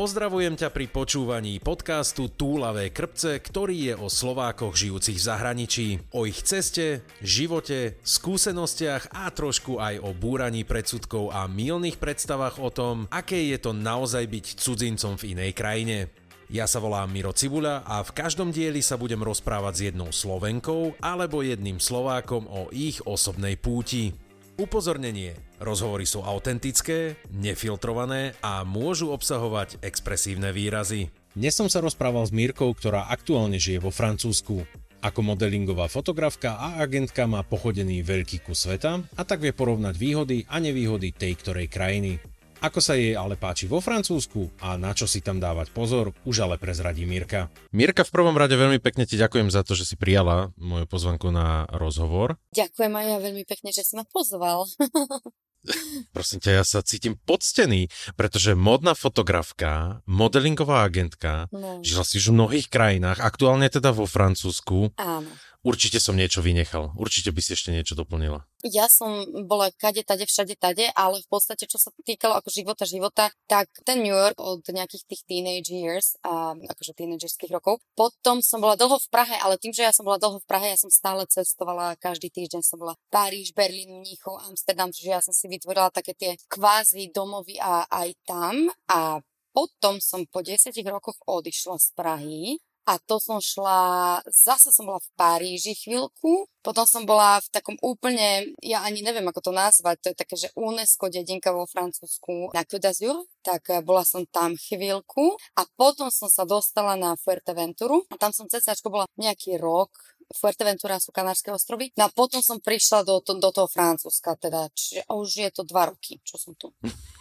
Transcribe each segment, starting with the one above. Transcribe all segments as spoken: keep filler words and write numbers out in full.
Pozdravujem ťa pri počúvaní podcastu Túlavé krpce, ktorý je o Slovákoch žijúcich v zahraničí. O ich ceste, živote, skúsenostiach a trošku aj o búraní predsudkov a mylných predstavách o tom, aké je to naozaj byť cudzincom v inej krajine. Ja sa volám Miro Cibuľa a v každom dieli sa budem rozprávať s jednou Slovenkou alebo jedným Slovákom o ich osobnej púti. Upozornenie. Rozhovory sú autentické, nefiltrované a môžu obsahovať expresívne výrazy. Dnes som sa rozprával s Mírkou, ktorá aktuálne žije vo Francúzsku. Ako modelingová fotografka a agentka má pochodený veľký kus sveta a tak vie porovnať výhody a nevýhody tej ktorej krajiny. Ako sa jej ale páči vo Francúzsku a na čo si tam dávať pozor, už ale prezradí Mírka. Mírka, v prvom rade veľmi pekne ti ďakujem za to, že si prijala moju pozvanku na rozhovor. Ďakujem aj ja veľmi pekne, že si ma pozval. Prosím ťa, ja sa cítim poctený, pretože modná fotografka, modelingová agentka, no. Žila si už v mnohých krajinách, aktuálne teda vo Francúzsku. Áno. Určite som niečo vynechal. Určite by si ešte niečo doplnila. Ja som bola kade, tade, všade, tade, ale v podstate, čo sa týkalo ako života, života, tak ten New York od nejakých tých teenage years, a akože teenagerských rokov. Potom som bola dlho v Prahe, ale tým, že ja som bola dlho v Prahe, ja som stále cestovala, každý týždeň som bola Paríž, Berlín, Mníchov, Amsterdam, čiže ja som si vytvorila také tie kvázi domovy a aj tam. A potom som po desiatich rokoch odišla z Prahy. A to som šla, zase som bola v Paríži chvíľku, potom som bola v takom úplne, ja ani neviem, ako to nazvať, to je také, že UNESCO dedinka vo Francúzsku na Côte d'Azur, tak bola som tam chvíľku a potom som sa dostala na Fuerteventuru a tam som ccačko bola nejaký rok. Fuerteventura sú Kanárske ostrovy. No a potom som prišla do, to, do toho Francúzska, teda, čiže už je to dva roky, čo som tu.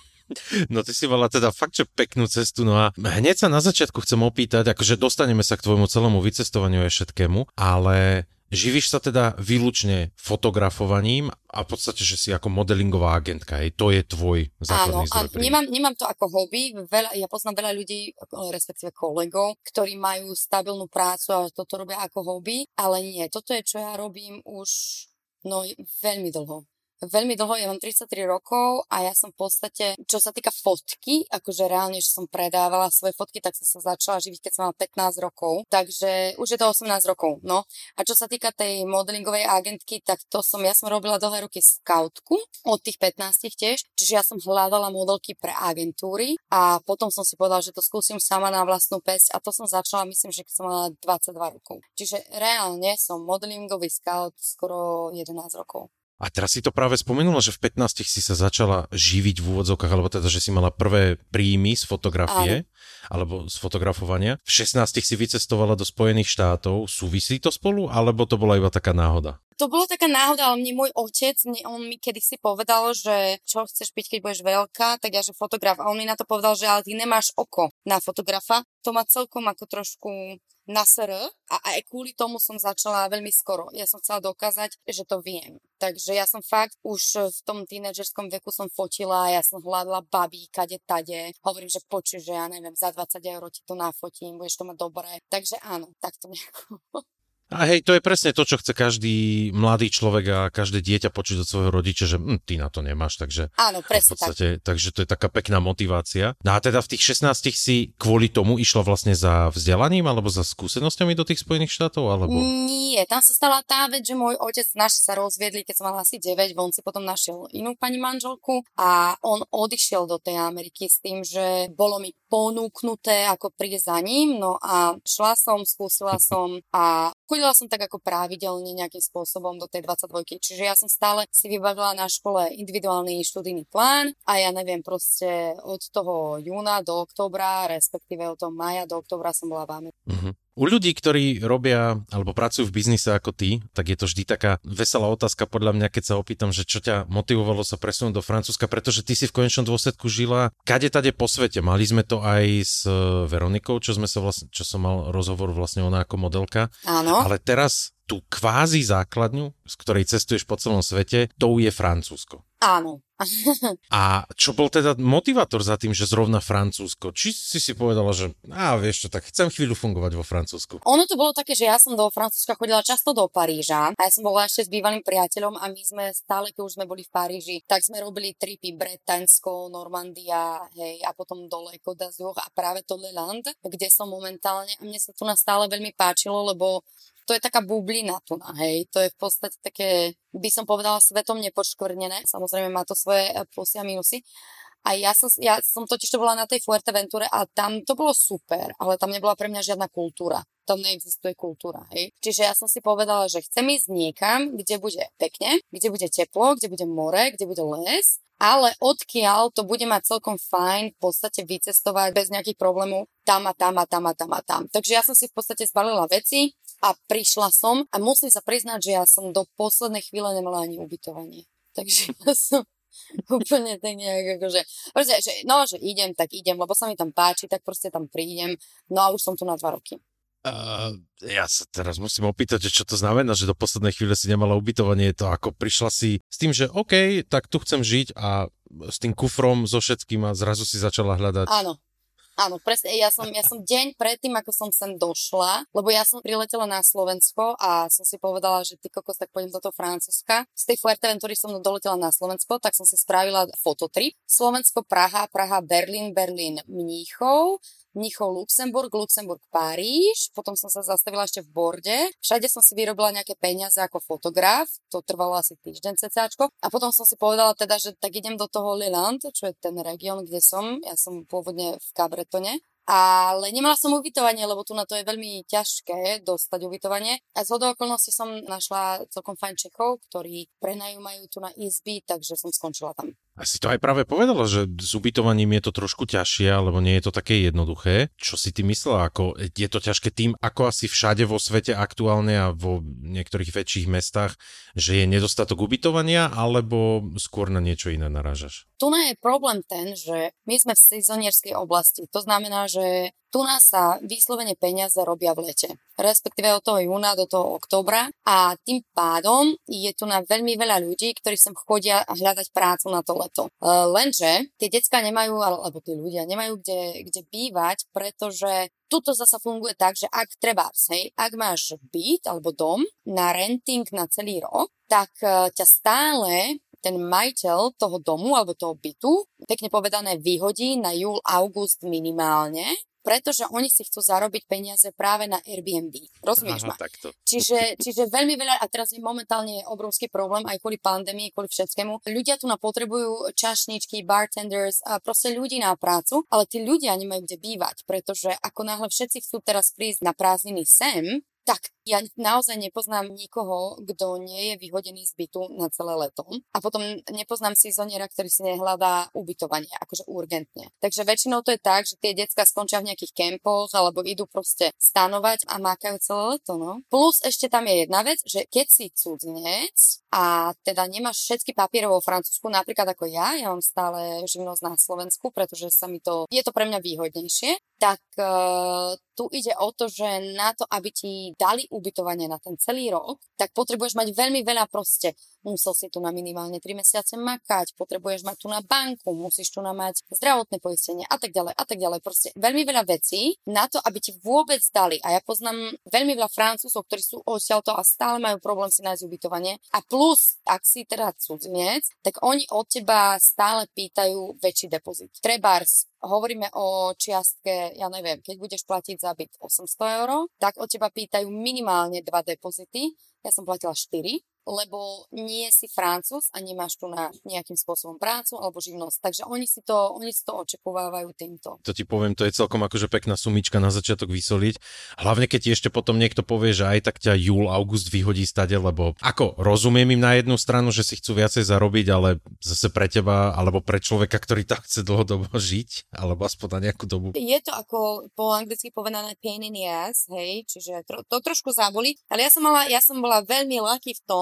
No ty si mala teda fakt, že peknú cestu, no a hneď sa na začiatku chcem opýtať, akože dostaneme sa k tvojmu celému vycestovaniu a všetkému, ale živíš sa teda výlučne fotografovaním a v podstate, že si ako modelingová agentka, hej, to je tvoj základný zdroj. Áno, nemám, nemám to ako hobby, veľa, ja poznám veľa ľudí, respektíve kolegov, ktorí majú stabilnú prácu a toto robia ako hobby, ale nie, toto je, čo ja robím už no, veľmi dlho. Veľmi dlho, ja mám tridsaťtri rokov a ja som v podstate, čo sa týka fotky, akože reálne, že som predávala svoje fotky, tak som sa začala živiť, keď som mala pätnásť rokov, takže už je to osemnásť rokov, no. A čo sa týka tej modelingovej agentky, tak to som, ja som robila dlhé roky skautku, od tých pätnástich tiež, čiže ja som hľadala modelky pre agentúry a potom som si povedala, že to skúsim sama na vlastnú päsť a to som začala, myslím, že keď som mala dvadsaťdva rokov. Čiže reálne som modelingový skaut skoro jedenásť rokov. A teraz si to práve spomenula, že v pätnástich si sa začala živiť v úvodzovkách, alebo teda, že si mala prvé príjmy z fotografie, Áno. alebo z fotografovania. V šestnástich si vycestovala do Spojených štátov. Súvisí to spolu, alebo to bola iba taká náhoda? To bola taká náhoda, ale mne môj otec, mne, on mi kedysi povedal, že čo chceš byť, keď budeš veľká, tak ja, že fotograf. A on mi na to povedal, že ale ty nemáš oko na fotografa. To ma celkom ako trošku na es er a aj kvôli tomu som začala veľmi skoro. Ja som chcela dokázať, že to viem. Takže ja som fakt už v tom tínedžerskom veku som fotila, ja som hľadala babí, kade, tade. Hovorím, že počuj, že ja neviem, za dvadsať eur ti to nafotím, budeš to mať dobré. Takže áno, tak to nejako. A hej, to je presne to, čo chce každý mladý človek a každé dieťa počuť od svojho rodiča, že hm, ty na to nemáš, takže áno, presne v podstate, tak. Takže to je taká pekná motivácia. No a teda v tých šestnástich si kvôli tomu išla vlastne za vzdelaním alebo za skúsenosťami do tých Spojených štátov, alebo? Nie, tam sa stala tá vec, že môj otec naši sa rozviedli, keď som mala asi deväť, on si potom našiel inú pani manželku a on odišiel do tej Ameriky s tým, že bolo mi ponúknuté ako prísť za ním, no a šla som, skúsila som a chodila som tak ako pravidelne nejakým spôsobom do tej dvadsaťdvojky, čiže ja som stále si vybavila na škole individuálny študijný plán a ja neviem, proste od toho júna do októbra, respektíve od toho mája do októbra som bola v Amerike. Uh-huh. U ľudí, ktorí robia alebo pracujú v biznise ako ty, tak je to vždy taká veselá otázka podľa mňa, keď sa opýtam, že čo ťa motivovalo sa presunúť do Francúzska, pretože ty si v konečnom dôsledku žila kade tade po svete. Mali sme to aj s Veronikou, čo sme sa vlastne, čo som mal rozhovor vlastne ona ako modelka. Áno. Ale teraz tú kvázi základňu, z ktorej cestuješ po celom svete, to je Francúzsko. Áno. A čo bol teda motivátor za tým, že zrovna Francúzsko? Či si si povedala, že á, vieš čo, tak chcem chvíľu fungovať vo Francúzsku? Ono to bolo také, že ja som do Francúzska chodila často do Paríža a ja som bola ešte s bývalým priateľom a my sme stále, keď už sme boli v Paríži, tak sme robili tripy Bretaňsko, Normandia, hej, a potom dole Côte d'Azur a práve to Le Land, kde som momentálne a mne sa tu na stále veľmi páčilo, lebo to je taká bublina tu, hej, to je v podstate také, by som povedala, svetom nepoškvrnené. Samozrejme má to svoje plusy a minusy. A ja som, ja som totiž to bola na tej Fuerteventure a tam to bolo super, ale tam nebola pre mňa žiadna kultúra. Tam neexistuje kultúra, hej. Čiže ja som si povedala, že chcem ísť niekam, kde bude pekne, kde bude teplo, kde bude more, kde bude les, ale odkiaľ to bude mať celkom fajn v podstate vycestovať bez nejakých problémov tam a tam a tam a tam a tam. Takže ja som si v podstate zbalila veci a prišla som a musím sa priznať, že ja som do poslednej chvíle nemala ani ubytovanie. Takže ja som úplne tak nejak akože, proste, že, no, že idem, tak idem, lebo sa mi tam páči, tak proste tam prídem, no a už som tu na dva roky. Uh, ja sa teraz musím opýtať, že čo to znamená, že do poslednej chvíle si nemala ubytovanie, je to ako prišla si s tým, že OK, tak tu chcem žiť a s tým kufrom so všetkým a zrazu si začala hľadať. Áno. Áno, presne, ja som, ja som deň predtým, ako som sem došla, lebo ja som priletela na Slovensko a som si povedala, že ty kokos, tak pôjdem do toho Francúzska. Z tej Fuerteventury som doletela na Slovensko, tak som si spravila fototrip. Slovensko, Praha, Praha, Berlín, Berlín, Mníchov, Mníchov, Luxemburg, Luxemburg, Paríž, potom som sa zastavila ešte v Borde. Všade som si vyrobila nejaké peniaze ako fotograf, to trvalo asi týždeň cecáčko. A potom som si povedala teda, že tak idem do toho Le Land, čo je ten región, kde som. Ja som pôvodne v Cabretone. Ale nemala som ubytovanie, lebo tu na to je veľmi ťažké dostať ubytovanie. A z hodou okolností som našla celkom fajn Čechov, ktorí prenajímajú tu na izby, takže som skončila tam. A si to aj práve povedala, že s ubytovaním je to trošku ťažšie, alebo nie je to také jednoduché. Čo si ty myslela? Ako, je to ťažké tým, ako asi všade vo svete aktuálne a vo niektorých väčších mestách, že je nedostatok ubytovania, alebo skôr na niečo iné narážaš? Tu je problém ten, že my sme v sezonierskej oblasti. To znamená, že tu nás sa vyslovene peniaze robia v lete, respektíve od toho júna do toho októbra a tým pádom je tu na veľmi veľa ľudí, ktorí sem chodia hľadať prácu na to leto. Lenže tie decká nemajú, alebo tí ľudia nemajú kde, kde bývať, pretože tuto zasa funguje tak, že ak treba, hej, ak máš byt alebo dom na renting na celý rok, tak ťa stále ten majiteľ toho domu alebo toho bytu, pekne povedané, vyhodí na júl, august minimálne, pretože oni si chcú zarobiť peniaze práve na Airbnb. Rozumieš ma? Čiže, čiže veľmi veľa, a teraz je momentálne obrovský problém aj kvôli pandémii, kvôli všetkému. Ľudia tu napotrebujú čašničky, bartenders a proste ľudí na prácu, ale tí ľudia nemajú kde bývať, pretože ako náhle všetci chcú teraz prísť na prázdniny sem, tak ja naozaj nepoznám nikoho, kto nie je vyhodený z bytu na celé leto. A potom nepoznám sezoniera, ktorý si nehľadá ubytovanie, akože urgentne. Takže väčšinou to je tak, že tie decká skončia v nejakých kempoch alebo idú proste stanovať a mákajú celé leto, no. Plus ešte tam je jedna vec, že keď si cudzinec a teda nemáš všetky papiere vo Francúzsku, napríklad ako ja, ja mám stále živnosť na Slovensku, pretože sa mi to, je to pre mňa výhodnejšie, tak uh, tu ide o to, že na to, aby ti dali ubytovanie na ten celý rok, tak potrebuješ mať veľmi veľa proste. Musel si tu na minimálne tri mesiace makať, potrebuješ mať tu na banku, musíš tu na mať zdravotné poistenie a tak ďalej a tak ďalej. Proste veľmi veľa vecí na to, aby ti vôbec dali. A ja poznám veľmi veľa Francúzov, ktorí sú odtiaľto a stále majú problém si nájsť ubytovanie. A plus, ak si teda cudzinec, tak oni od teba stále pýtajú väčší depozit. Trebárs, hovoríme o čiastke, ja neviem, keď budeš platiť za byt osemsto eur, tak od teba pýtajú minimálne dva depozity. Ja som platila štyri, lebo nie si Francúz a nemáš tu na nejakým spôsobom prácu alebo živnosť. Takže oni si to, oni si to očakovávajú týmto. To ti poviem, to je celkom akože pekná sumička na začiatok vysoliť. Hlavne keď ti ešte potom niekto povie, že aj tak ťa júl, august vyhodí stade, lebo ako rozumiem im na jednu stranu, že si chcú viacej zarobiť, ale zase pre teba alebo pre človeka, ktorý tam chce dlhodobo žiť, alebo aspoň na nejakú dobu. Je to ako po anglicky povedané pain in the ass, hej, čiže to, to trošku zabolí, ale ja som mala, ja som bola veľmi lucky v tom,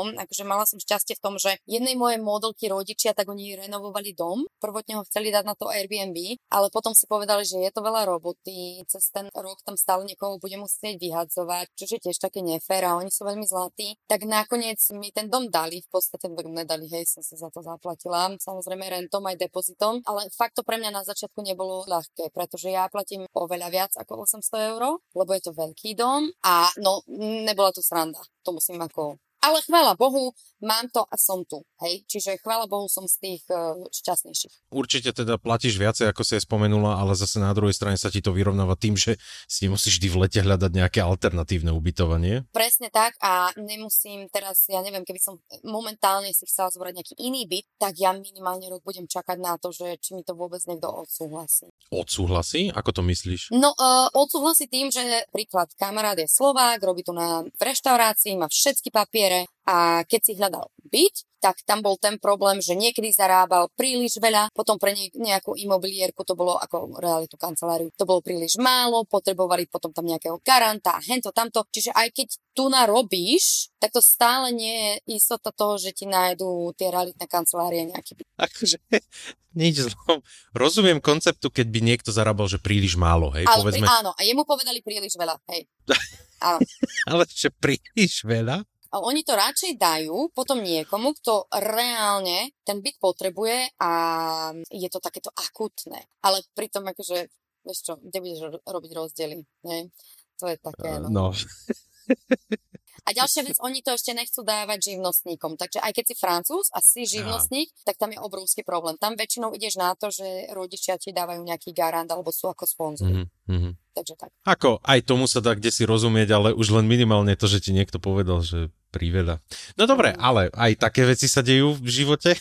akože mala som šťastie v tom, že jednej mojej modelky rodičia, tak oni renovovali dom. Prvotne ho chceli dať na to Airbnb, ale potom si povedali, že je to veľa roboty, cez ten rok tam stále niekoho bude musieť vyhadzovať, čo je tiež také nefér a oni sú veľmi zlatí. Tak nakoniec mi ten dom dali, v podstate nedali, hej, som si za to zaplatila, samozrejme rentom aj depozitom, ale fakt to pre mňa na začiatku nebolo ľahké, pretože ja platím oveľa viac ako osemsto eur, lebo je to veľký dom a no, nebola to sranda, to musím ako... Ale chvála Bohu, mám to a som tu, hej. Čiže chvála Bohu, som z tých uh, šťastnejších. Určite teda platíš viacej, ako si aj spomenula, ale zase na druhej strane sa ti to vyrovnáva tým, že si nemusíš vždy v lete hľadať nejaké alternatívne ubytovanie. Presne tak a nemusím teraz, ja neviem, keby som momentálne si chcela zobrať nejaký iný byt, tak ja minimálne rok budem čakať na to, že či mi to vôbec niekto odsúhlasí. Odsúhlasí? Ako to myslíš? No, uh, odsúhlasí tým, že príklad kamarát je Slovák, robí tu na v reštaurácii, má všetky papiere a keď si hľadal byt, tak tam bol ten problém, že niekedy zarábal príliš veľa, potom pre ne- nejakú imobiliérku to bolo ako realitu kanceláriu, to bolo príliš málo, potrebovali potom tam nejakého garanta a hento tamto, čiže aj keď tu narobíš, tak to stále nie je istota toho, že ti nájdú tie realitné kancelárie nejaký byt. Akože nič zlom. Rozumiem konceptu, keď by niekto zarábal, že príliš málo, hej, Ale povedzme. pri, áno, a jemu povedali príliš veľa, hej. Áno. Ale že príliš veľa? A oni to radšej dajú potom niekomu, kto reálne ten byt potrebuje a je to takéto akutné. Ale pritom akože, vieš čo, kde budeš ro- robiť rozdiely, nie? To je také, no. No. A ďalšia vec, oni to ešte nechcú dávať živnostníkom. Takže aj keď si Francúz a si živnostník, tak tam je obrovský problém. Tam väčšinou ideš na to, že rodičia ti dávajú nejaký garant alebo sú ako sponzori. Mm-hmm. Takže tak. Ako, aj tomu sa dá kdesi rozumieť, ale už len minimálne to, že ti niekto povedal, že priveľa. No dobre, ale aj také veci sa dejú v živote.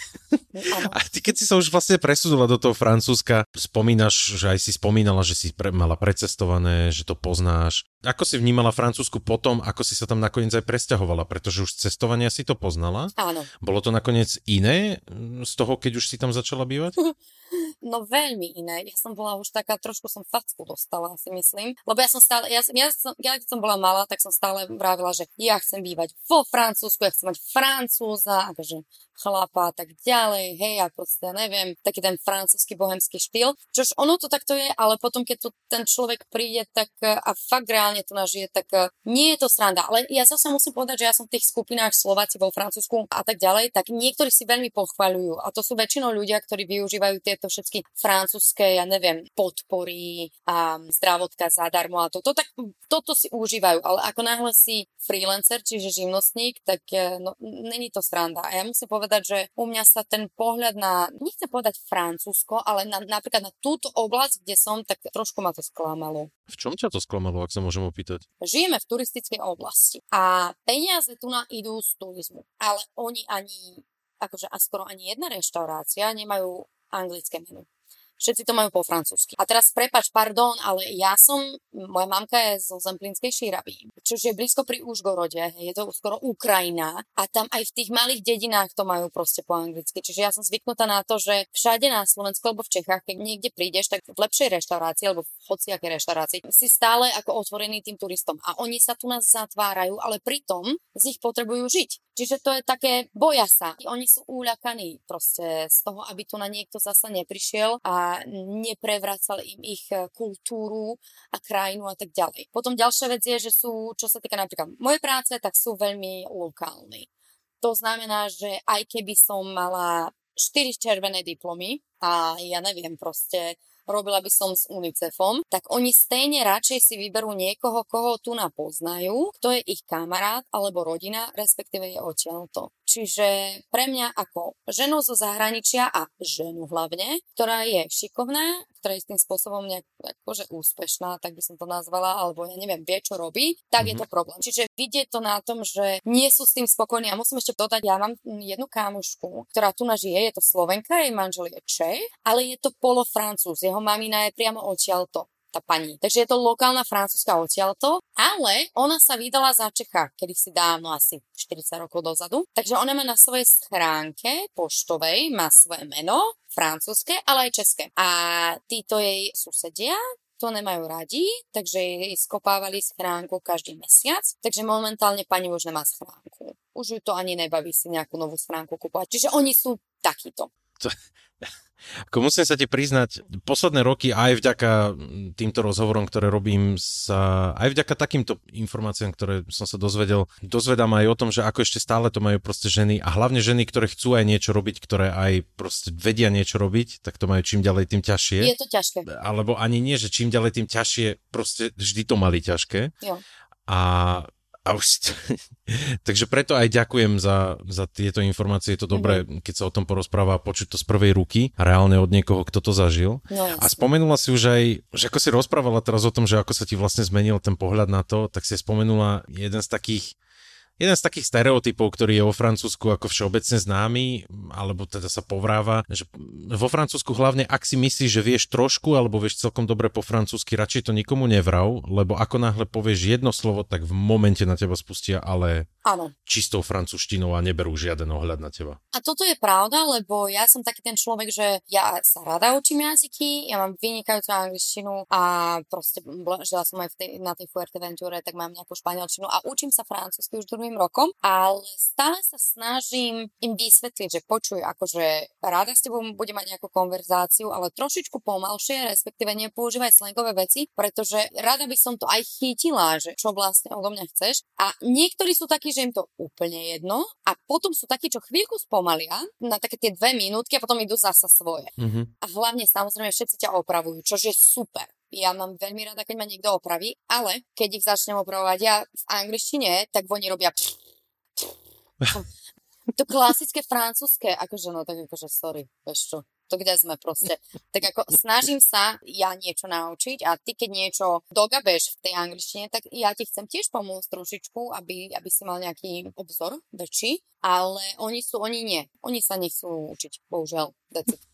A ty keď si sa už vlastne presúdila do toho Francúzska, spomínaš, že aj si spomínala, že si pre, mala precestované, že to poznáš. Ako si vnímala Francúzsku potom, ako si sa tam nakoniec aj presťahovala? Pretože už z cestovania si to poznala. Áno. Bolo to nakoniec iné z toho, keď už si tam začala bývať? No veľmi iné. Ja som bola už taká, trošku som facku dostala, si myslím. Lebo ja som stále, ja, ja, som, ja keď som bola malá, tak som stále vravila, že ja chcem bývať vo Francúzsku, ja chcem mať Francúza, akože chlapa a tak ďalej, hej, a proste, neviem, taký ten francúzsky bohemský štýl. Čož ono to takto je, ale potom, keď tu ten človek príde, tak a fakt reálne tu nažije, tak nie je to sranda. Ale ja zase musím povedať, že ja som v tých skupinách Slováci vo Francúzsku a tak ďalej, tak niektorí si veľmi pochvaľujú. A to sú väčšinou ľudia, ktorí využívajú tieto všetky francúzske, ja neviem, podpory a zdravotka zadarmo a toto, tak toto si užívajú. Ale ako náhle si freelancer, čiže živnostník, tak no, není to sranda. A ja musím povedať, že u mňa sa ten pohľad na, nechcem povedať Francúzsko, ale na, napríklad na túto oblasť, kde som, tak trošku ma to sklamalo. V čom ťa to sklamalo, ak sa môžem opýtať? Žijeme v turistickej oblasti a peniaze tu na idú z turizmu, ale oni ani, akože a skoro ani jedna reštaurácia nemajú anglické menu. Všetci to majú po francúzsky. A teraz prepáč, pardon, ale ja som, moja mamka je zo Zemplínskej Šíravy, čo je blízko pri Užgorode, je to skoro Ukrajina a tam aj v tých malých dedinách to majú proste po anglicky. Čiže ja som zvyknutá na to, že všade na Slovensku alebo v Čechách, keď niekde prídeš, tak v lepšej reštaurácii alebo v hociakej reštaurácii si stále ako otvorený tým turistom. A oni sa tu nás zatvárajú, ale pritom z nich potrebujú žiť. Čiže to je také, boja sa. Oni sú úľakaní proste z toho, aby tu na niekto zasa neprišiel a neprevracal im ich kultúru a krajinu a tak ďalej. Potom ďalšia vec je, že sú, čo sa týka napríklad mojej práce, tak sú veľmi lokálni. To znamená, že aj keby som mala štyri červené diplomy a ja neviem proste, robila by som s UNICEFom, tak oni stejne radšej si vyberú niekoho, koho tu napoznajú, kto je ich kamarát alebo rodina, respektíve je odtiaľto. Čiže pre mňa ako ženu zo zahraničia a ženu hlavne, ktorá je šikovná, ktorá je tým spôsobom nejak akože úspešná, tak by som to nazvala, alebo ja neviem, vie, čo robí, tak mm-hmm. je to problém. Čiže vidieť to na tom, že nie sú s tým spokojní. A musím ešte dodať, ja mám jednu kámošku, ktorá tu žije, je to Slovenka, jej manžel je Čech, ale je to polofrancúz. Jeho mamina je priamo odtiaľto. Tá pani. Takže je to lokálna francúzska odtiaľto, ale ona sa vydala za Čecha, kedy si dávno, asi štyridsať rokov dozadu. Takže ona má na svojej schránke poštovej, má svoje meno, francúzske, ale aj české. A títo jej susedia to nemajú radi, takže jej skopávali schránku každý mesiac, takže momentálne pani už nemá schránku. už ju to ani nebaví si nejakú novú schránku kúpovať. Čiže oni sú takíto. To... Ako musím sa ti priznať, posledné roky aj vďaka týmto rozhovorom, ktoré robím, sa, aj vďaka takýmto informáciám, ktoré som sa dozvedel, dozvedám aj o tom, že ako ešte stále to majú proste ženy a hlavne ženy, ktoré chcú aj niečo robiť, ktoré aj proste vedia niečo robiť, tak to majú čím ďalej tým ťažšie. Je to ťažké. Alebo ani nie, že čím ďalej tým ťažšie, proste vždy to mali ťažké. Jo. A A už... Takže preto aj ďakujem za, za tieto informácie. Je to dobré, mm-hmm. keď sa o tom porozpráva a počuť to z prvej ruky, reálne od niekoho, kto to zažil. No, a spomenula si už aj, že ako si rozprávala teraz o tom, že ako sa ti vlastne zmenil ten pohľad na to, tak si spomenula jeden z takých Jeden z takých stereotypov, ktorý je vo Francúzsku ako všeobecne známy, alebo teda sa povráva, že vo Francúzsku hlavne, ak si myslíš, že vieš trošku, alebo vieš celkom dobre po francúzsky, radšej to nikomu nevrav, lebo ako náhle povieš jedno slovo, tak v momente na teba spustia, ale áno, čistou francúzštinou a neberú žiaden ohľad na teba. A toto je pravda, lebo ja som taký ten človek, že ja sa rada učím jazyky, ja mám vynikajúcu angličtinu a proste žila som aj v tej, na tej Fuerteventure, tak mám nejakú španielčinu a učím sa francúzsky už druhým rokom, ale stále sa snažím im vysvetliť, že počuj, akože rada s tebou budem mať nejakú konverzáciu, ale trošičku pomalšie, respektíve nepoužívaj slangové veci, pretože rada by som to aj chytila, že čo vlastne odo mňa chceš. A niektorí sú takí, že im to úplne jedno a potom sú takí, čo chvíľku spomalia na také tie dve minútky a potom idú zasa svoje. Mm-hmm. A hlavne samozrejme všetci ťa opravujú, čo je super. Ja mám veľmi rada, keď ma niekto opraví, ale keď ich začnem opravovať ja v angličtine, tak oni robia pš, pš, pš. To klasické francúzske, akože no, tak akože sorry, vieš čo, to kde sme proste. Tak ako snažím sa ja niečo naučiť a ty keď niečo dogabeš v tej angličtine, tak ja ti chcem tiež pomôcť trošičku, aby, aby si mal nejaký obzor väčší, ale oni sú, oni nie. Oni sa nechcú učiť, bohužiaľ. That's it.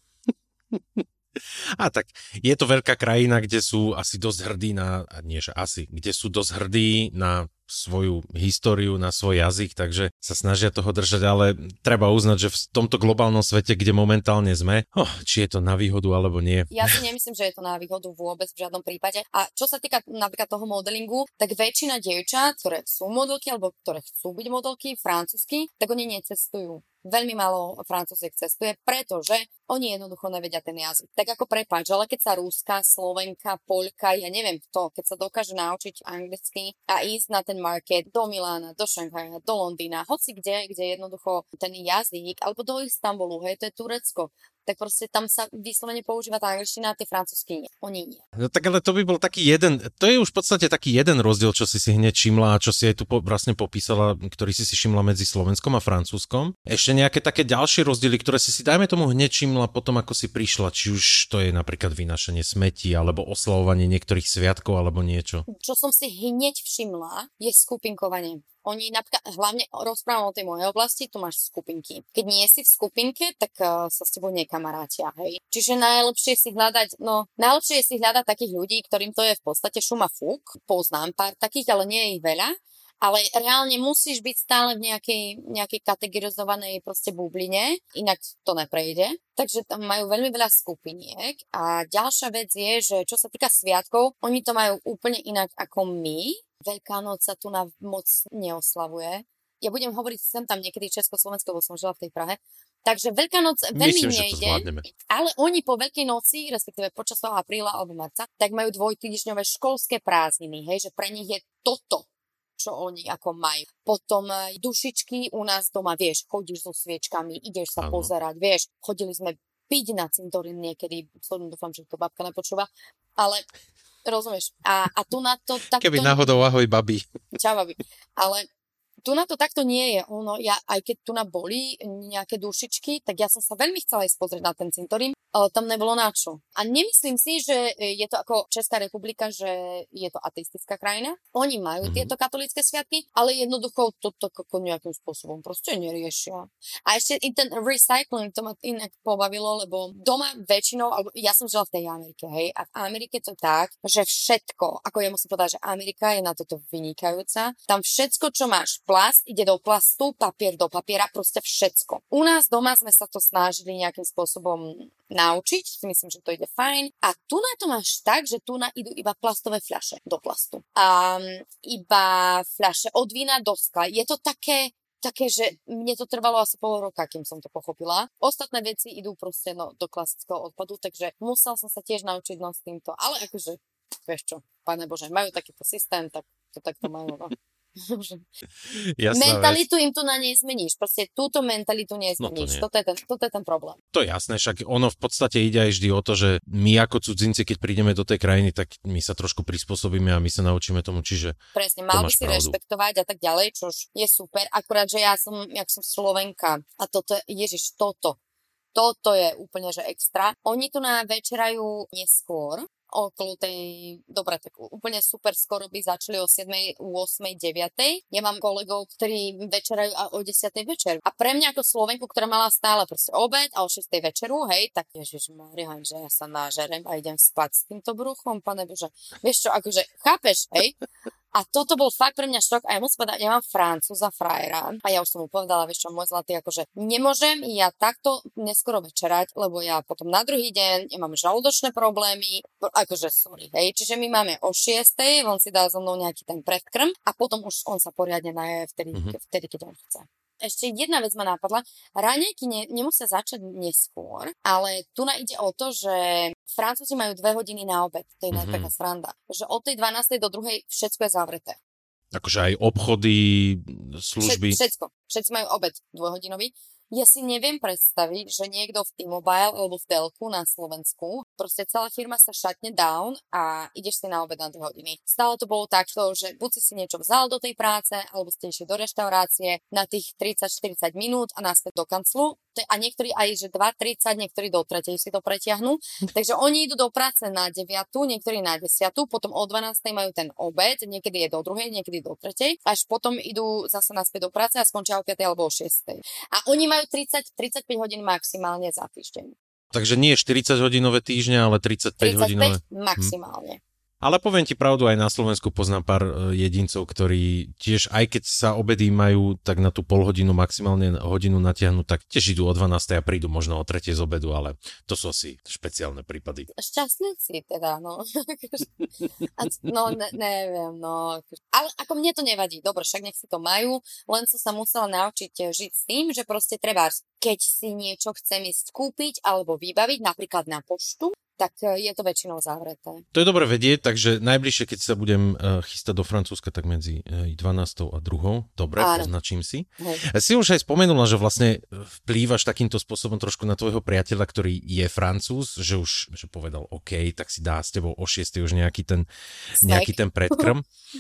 A tak je to veľká krajina, kde sú asi dosť hrdí na, nie že asi, kde sú dosť hrdí na svoju históriu, na svoj jazyk, takže sa snažia toho držať, ale treba uznať, že v tomto globálnom svete, kde momentálne sme, oh, či je to na výhodu alebo nie. Ja si nemyslím, že je to na výhodu vôbec v žiadnom prípade. A čo sa týka napríklad toho modelingu, tak väčšina dievčat, ktoré sú modelky alebo ktoré chcú byť modelky francúzsky, tak oni necestujú. Veľmi málo Francúziek cestuje, pretože oni jednoducho nevedia ten jazyk. Tak ako prepáč, ale keď sa Ruska, Slovenka, Poľka, ja neviem kto, keď sa dokáže naučiť anglicky a ísť na ten market do Milána, do Šanghaja, do Londýna, hoci kde, kde jednoducho ten jazyk, alebo do Istanbulu, hej, to je Turecko, tak proste tam sa vyslovene používa tá angličtina a tie francúzsky nie. Oni nie. No tak ale to by bol taký jeden, to je už v podstate taký jeden rozdiel, čo si si hneď všimla a čo si aj tu po, vlastne popísala, ktorý si si všimla medzi Slovenskom a Francúzskom. Ešte nejaké také ďalšie rozdiely, ktoré si si dajme tomu hneď všimla potom, ako si prišla, či už to je napríklad vynášanie smetí, alebo oslavovanie niektorých sviatkov, alebo niečo. Čo som si hneď všimla, je skupinkovanie. Oni napríklad, hlavne rozprávam o tej mojej oblasti, tu máš skupinky. Keď nie si v skupinke, tak uh, sa s tebou nekamarátia, hej. Čiže najlepšie si hľadať, no, najlepšie je si hľadať takých ľudí, ktorým to je v podstate šum a fúk. Poznám pár takých, ale nie je ich veľa. Ale reálne musíš byť stále v nejakej, nejakej kategorizovanej proste bubline, inak to neprejde. Takže tam majú veľmi veľa skupiniek. A ďalšia vec je, že čo sa týka sviatkov, oni to majú úplne inak ako my. Veľká noc sa tu na moc neoslavuje. Ja budem hovoriť sem tam niekedy Československo, bo som žila v tej Prahe. Takže Veľká noc veľmi Myslím, nejde, ale oni po Veľkej noci, respektíve počas toho apríla alebo marca, tak majú dvojtýždňové školské prázdniny, hej, že pre nich je toto, čo oni ako majú. Potom dušičky u nás doma, vieš, chodíš so sviečkami, ideš sa ano. pozerať, vieš, chodili sme piť na cintorín niekedy, dúfam, že to babka nepočúva, ale rozumieš. A, a tu na to takto... Keby náhodou ahoj, babi. Čau, babi. Ale tu na to takto nie je. Ono, ja, aj keď tu na boli nejaké dušičky, tak ja som sa veľmi chcela ísť pozrieť na ten cintorín, ale tam nebolo na čo. A nemyslím si, že je to ako Česká republika, že je to ateistická krajina. Oni majú mm-hmm. tieto katolícke sviatky, ale jednoducho to tak ako nejakým spôsobom proste neriešia. A ešte i ten recycling, to ma inak pobavilo, lebo doma väčšinou, alebo ja som žila v tej Amerike, hej, a v Amerike to tak, že všetko, ako ja musím povedať, že Amerika je na toto vynikajúca, tam všetko, čo máš plast, ide do plastu, papier do papiera, proste všetko. U nás doma sme sa to snažili nejakým spôsobom naučiť, si myslím, že to ide fajn. A tu na to máš tak, že tu na idú iba plastové fľaše do plastu. A iba fľaše od vína do skla. Je to také také, že mne to trvalo asi pol roka, kým som to pochopila. Ostatné veci idú proste no, do klasického odpadu, takže musel som sa tiež naučiť no s týmto. Ale akože, vieš čo, Pane Bože, majú takýto systém, tak to takto majú. No. Mentalitu im tu na nej zmeníš. Proste túto mentalitu nezmeníš. No to, toto, je ten, toto je ten problém. To je jasné, však ono v podstate ide aj vždy o to, že my ako cudzinci, keď prídeme do tej krajiny, tak my sa trošku prispôsobíme a my sa naučíme tomu, čiže presne, mal by si pravdu rešpektovať a tak ďalej, čož je super. Akurát, že ja som, jak som Slovenka a toto, ježiš, toto, toto je úplne, že extra. Oni tu na večerajú neskôr, okolo tej, dobre, tak úplne super skoro by začali o siedmej, ôsmej, deviatej. Ja mám kolegov, ktorí večerajú a o desiatej večer. A pre mňa ako Slovenku, ktorá mala stále proste obed a o šiestej večeru, hej, tak ježišmária, že ja sa nážerem a idem spať s týmto bruchom, Pane Bože. Vieš čo, akože, chápeš, hej? A toto bol fakt pre mňa šok a ja musím povedať, ja mám Francúza frajera a ja už som mu povedala, vieš čo, môj zlatý, akože nemôžem ja takto neskoro večerať, lebo ja potom na druhý deň ja mám žalúdočné problémy, akože sorry, hej, čiže my máme o šiestej, on si dá so mnou nejaký ten predkrm a potom už on sa poriadne naje vtedy, mm-hmm. vtedy keď on chce. Ešte jedna vec ma napadla. Raňajky ne, nemusia začať neskôr, ale tu na ide o to, že Francúzi majú dve hodiny na obed. To je mm-hmm. taká sranda. Že od tej dvanástej do druhej všetko je zavreté. Akože aj obchody, služby. Všet, všetko. Všetci majú obed dvojhodinový. Ja si neviem predstaviť, že niekto v T-Mobile alebo v Telku na Slovensku, proste celá firma sa šatne down a ideš si na obed na dve hodiny. Stále to bolo takto, že buď si si niečo vzal do tej práce, alebo ste išli do reštaurácie na tých tridsať štyridsať minút a naspäť do kanclu. A niektorí aj, že dva tridsať, niektorí do tretej si to pretiahnu. Takže oni idú do práce na deviatu, niektorí na desiatu, potom o dvanástej majú ten obed, niekedy je do druhej, niekedy do tretej, až potom idú zase naspäť do práce a skončia o piatej alebo o šiestej. A oni majú tridsať tridsaťpäť hodín maximálne za týždeň. Takže nie štyridsať hodinové týždne, ale tridsaťpäť hodinové. Maximálne. Hm. Ale poviem ti pravdu, aj na Slovensku poznám pár jedincov, ktorí tiež, aj keď sa obedy majú tak na tú pol hodinu, maximálne hodinu natiahnuť, tak tiež idú o dvanástej a prídu možno o tretej z obedu, ale to sú asi špeciálne prípady. Šťastníci teda, no. No, ne, neviem, no. Ale ako mne to nevadí, dobre, však nech si to majú, len som sa musela naučiť žiť s tým, že proste treba, keď si niečo chcem ísť kúpiť alebo vybaviť, napríklad na poštu, tak je to väčšinou zavreté. To je dobre vedieť, takže najbližšie, keď sa budem chystať do Francúzska, tak medzi dvanástou a druhou. Dobre, áno. Poznačím si. Hej. Si už aj spomenula, že vlastne vplývaš takýmto spôsobom trošku na tvojho priateľa, ktorý je Francúz, že už že povedal OK, tak si dá s tebou o šiestej už nejaký ten, nejaký ten predkrm.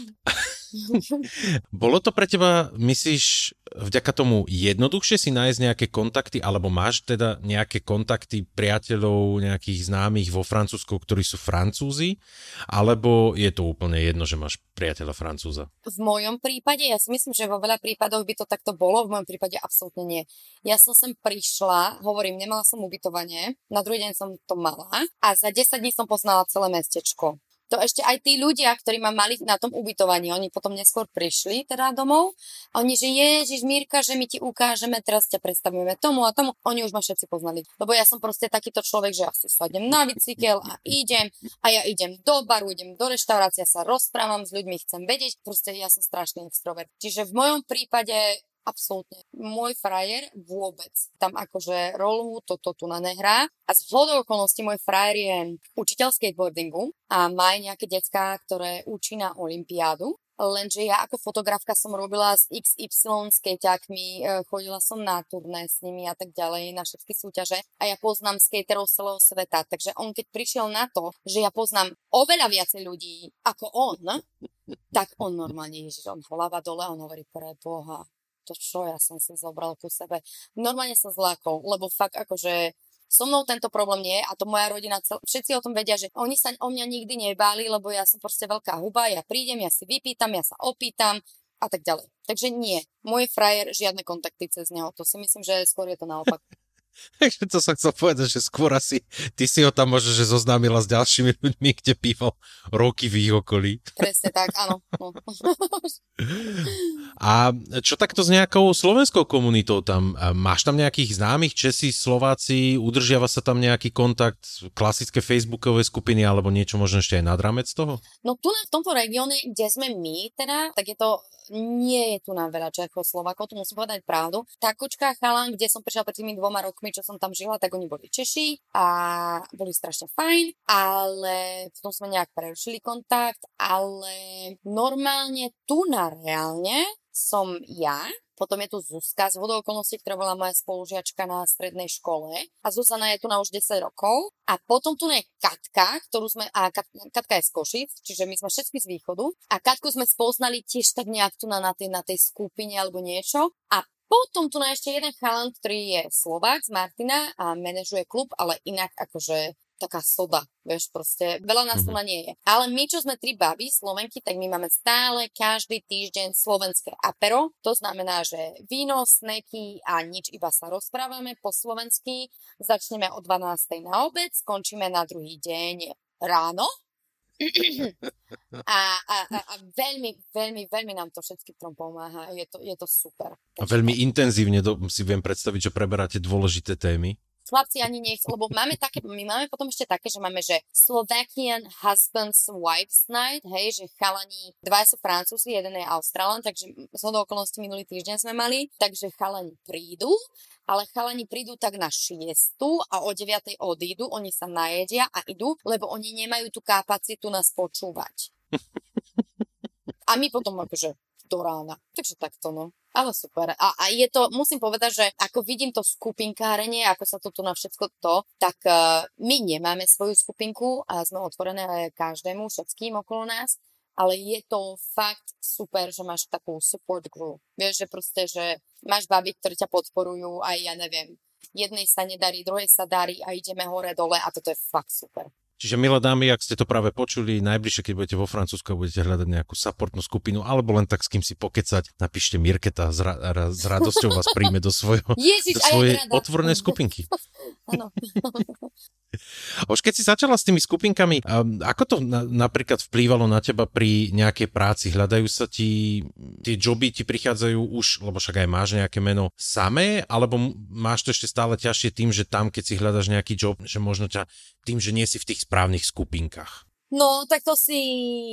Bolo to pre teba, myslíš, vďaka tomu jednoduchšie si nájsť nejaké kontakty, alebo máš teda nejaké kontakty priateľov, nejakých známych vo Francúzsku, ktorí sú Francúzi, alebo je to úplne jedno, že máš priateľa Francúza? V mojom prípade, ja si myslím, že vo veľa prípadoch by to takto bolo, v mojom prípade absolútne nie. Ja som sem prišla, hovorím, nemala som ubytovanie, na druhý deň som to mala a za desať dní som poznala celé mestečko. To ešte aj tí ľudia, ktorí ma mali na tom ubytovaní, oni potom neskôr prišli teda domov a oni, že Ježiš Mírka, že my ti ukážeme, teraz ťa predstavíme tomu a tomu, oni už ma všetci poznali. Lebo ja som proste takýto človek, že ja si sadnem na bicykel a idem a ja idem do baru, idem do reštaurácie, sa rozprávam s ľuďmi, chcem vedieť, proste ja som strašný extrovert. Čiže v mojom prípade absolútne. Môj frajer vôbec. Tam akože rolu toto tu na nehrá. A z hľadou okolností môj frajer je učiteľ skateboardingu a má aj nejaké decká, ktoré učí na olympiádu. Lenže ja ako fotografka som robila s iks ypsilon skateákmi, chodila som na turné s nimi a tak ďalej, na všetky súťaže a ja poznám skaterov z celého sveta. Takže on keď prišiel na to, že ja poznám oveľa viacej ľudí ako on, tak on normálne, ježiš, on hlava dole a on hovorí pre Boha. To čo, ja som si zobral ku sebe. Normálne som zlákol, lebo fakt akože so mnou tento problém nie je a to moja rodina, cel... všetci o tom vedia, že oni sa o mňa nikdy nebáli, lebo ja som proste veľká huba, ja prídem, ja si vypýtam, ja sa opýtam a tak ďalej. Takže nie, môj frajer, žiadne kontakty cez neho, to si myslím, že skôr je to naopak. Takže to som chcel povedať, že skôr asi ty si ho tam možno, že zoznámila s ďalšími ľuďmi, kde býval roky v ich okolí. Presne tak, áno. No. A čo takto s nejakou slovenskou komunitou tam? Máš tam nejakých známych Česi, Slováci, udržiava sa tam nejaký kontakt, klasické facebookové skupiny alebo niečo možno ešte aj nad rámec toho? No tu v tomto regióne, kde sme my teda, tak je to, nie je tu nám veľa Čechov, Slovákov, tu musím povedať pravdu. Takočka chalan, kde som prišla pred tými dvoma rokmi, čo som tam žila, tak oni boli Češi a boli strašne fajn, ale potom sme nejak prerušili kontakt, ale normálne tu na reálne som ja, potom je tu Zuzka z hodou okolností, ktorá bola moja spolužiačka na strednej škole a Zuzana je tu na už desať rokov a potom tu je Katka, ktorú sme, a Kat, Katka je z Košic, čiže my sme všetky z východu a Katku sme spoznali tiež tak nejak tu na, na, tej, na tej skupine alebo niečo a potom tu je ešte jeden chalan, ktorý je Slovák z Martina a manažuje klub, ale inak akože taká soda, vieš, proste veľa nás tu mm-hmm. nie je. Ale my, čo sme tri baby, Slovenky, tak my máme stále každý týždeň slovenské apero. To znamená, že víno, sneky a nič, iba sa rozprávame po slovensky. Začneme o dvanástej na obed, skončíme na druhý deň ráno. a, a, a, a veľmi, veľmi, veľmi nám to všetky trom pomáha. Je to, je to super. A veľmi intenzívne do, si viem predstaviť, že preberáte dôležité témy. Chlapci ani nechcú, lebo máme také, my máme potom ešte také, že máme, že Slovakian Husbands Wives Night, hej, že chalani, dva sú Francúzi, jeden je Australan, takže z hodou okolností minulý týždeň sme mali, takže chalani prídu, ale chalani prídu tak na šiestu a o deviatej odídu, oni sa najedia a idú, lebo oni nemajú tú kapacitu nás počúvať. A my potom akože do rána. Takže takto, no. Ale super. A, a je to, musím povedať, že ako vidím to skupinkárenie, ako sa to tu na všetko to, tak uh, my nemáme svoju skupinku a sme otvorené každému, všetkým okolo nás, ale je to fakt super, že máš takú support group. Vieš, že proste, že máš baby, ktoré ťa podporujú a ja neviem, jednej sa nedarí, druhej sa darí a ideme hore dole a toto je fakt super. Čiže, milé dámy, ak ste to práve počuli, najbližšie, keď budete vo Francúzsku a budete hľadať nejakú supportnú skupinu, alebo len tak s kým si pokecať, napíšte Mirketa, s, ra- ra- s radosťou vás príjme do, svojho, Ježiš, do svojej otvorenej skupinky. Áno. Už keď si začala s tými skupinkami, ako to na, napríklad vplývalo na teba pri nejakej práci? Hľadajú sa ti, tie joby ti prichádzajú už, lebo však aj máš nejaké meno samé, alebo máš to ešte stále ťažšie tým, že tam, keď si hľadaš nejaký job, že možno ťa tým, že nie si v tých správnych skupinkách? No, tak to si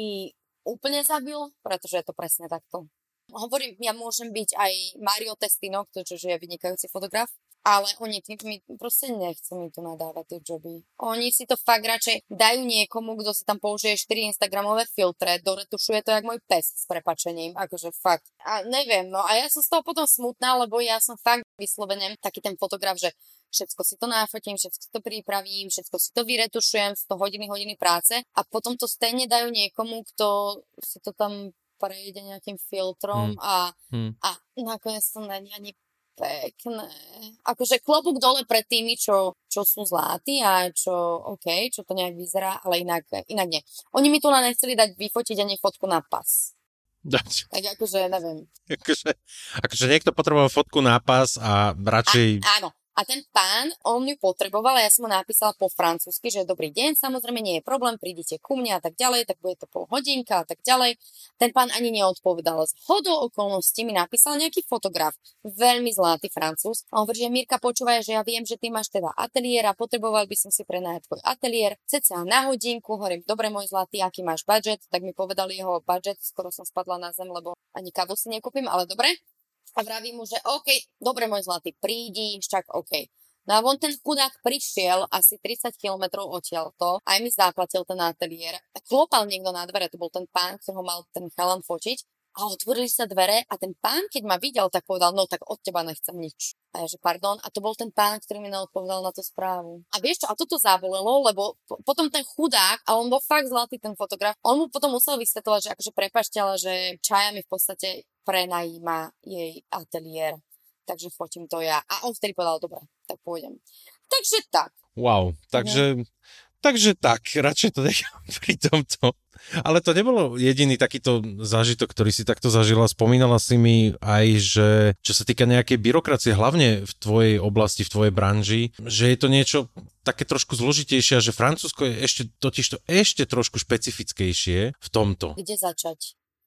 úplne zabil, pretože je to presne takto. Hovorím, ja môžem byť aj Mario Testino, ktorý je vynikajúci fotograf, ale oni tým mi proste nechcú mi tu nadávať tie joby. Oni si to fakt radšej dajú niekomu, kto si tam použije štyri instagramové filtre, doretušuje to jak môj pes s prepačením, akože fakt. A neviem, no a ja som z toho potom smutná, lebo ja som fakt vyslovene taký ten fotograf, že všetko si to nafotím, všetko si to pripravím, všetko si to vyretušujem, sto hodiny, hodiny práce a potom to stejne dajú niekomu, kto si to tam prejde nejakým filtrom hmm. a, hmm. a nakoniec to není ani pekné. Akože klobúk dole pred tými, čo, čo sú zlatí a čo, OK, čo to nejak vyzerá, ale inak, inak nie. Oni mi tu len nechceli dať vyfotiť ani fotku na pas. Dať. Tak akože, neviem. Akože, akože niekto potreboval fotku na pas a radšej... A, áno. A ten pán, on ju potreboval a ja som mu napísala po francúzsky, že dobrý deň, samozrejme nie je problém, prídite ku mne a tak ďalej, tak bude to pol hodinka a tak ďalej. Ten pán ani neodpovedal. Z hodou okolností mi napísal nejaký fotograf, veľmi zlatý Francúz. A on hovorí, že Mirka, počúvaj, že ja viem, že ty máš teda ateliér a potreboval by som si prenajať tvoj ateliér, cca na hodinku, hovorím, dobre môj zlatý, aký máš budget, tak mi povedal jeho budget, skoro som spadla na zem, lebo ani kávu si nekúpim, ale dobre. A vraví mu, že OK, dobre môj zlatý, prídi, však OK. No a on ten chudák prišiel asi tridsať kilometrov odtiaľto, aj mi zaplatil ten ateliér. A klopal niekto na dvere, to bol ten pán, ktorého mal ten chalan fotiť. A otvorili sa dvere a ten pán, keď ma videl, tak povedal, no tak od teba nechcem nič. A ja, že pardon, a to bol ten pán, ktorý mi neodpovedal na tú správu. A vieš čo, a toto zabolelo, lebo potom ten chudák, a on bol fakt zlatý ten fotograf, on mu potom musel vysvetľovať, že akože prepáčte, ale že Čaja mi v podstate prenajíma jej ateliér, takže fotím to ja. A on vtedy povedal, dobre, tak pôjdem. Takže tak. Wow, takže, no. takže tak, radšej to nechám pri tomto. Ale to nebolo jediný takýto zážitok, ktorý si takto zažila. Spomínala si mi aj, že čo sa týka nejakej byrokracie, hlavne v tvojej oblasti, v tvojej branži, že je to niečo také trošku zložitejšie a že Francúzsko je ešte totižto ešte trošku špecifickejšie v tomto. Kde začať?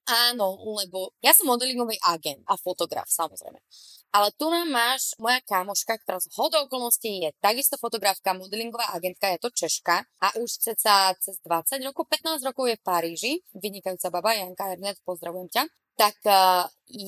Áno, lebo ja som modelingový agent a fotograf, samozrejme. Ale tu nám máš moja kamoška, ktorá z hodou okolností je takisto fotografka, modelingová agentka, je to Češka a už ceca cez dvadsať rokov, pätnásť rokov je v Paríži, vynikajúca baba, Janka Hernet, pozdravujem ťa. Tak uh,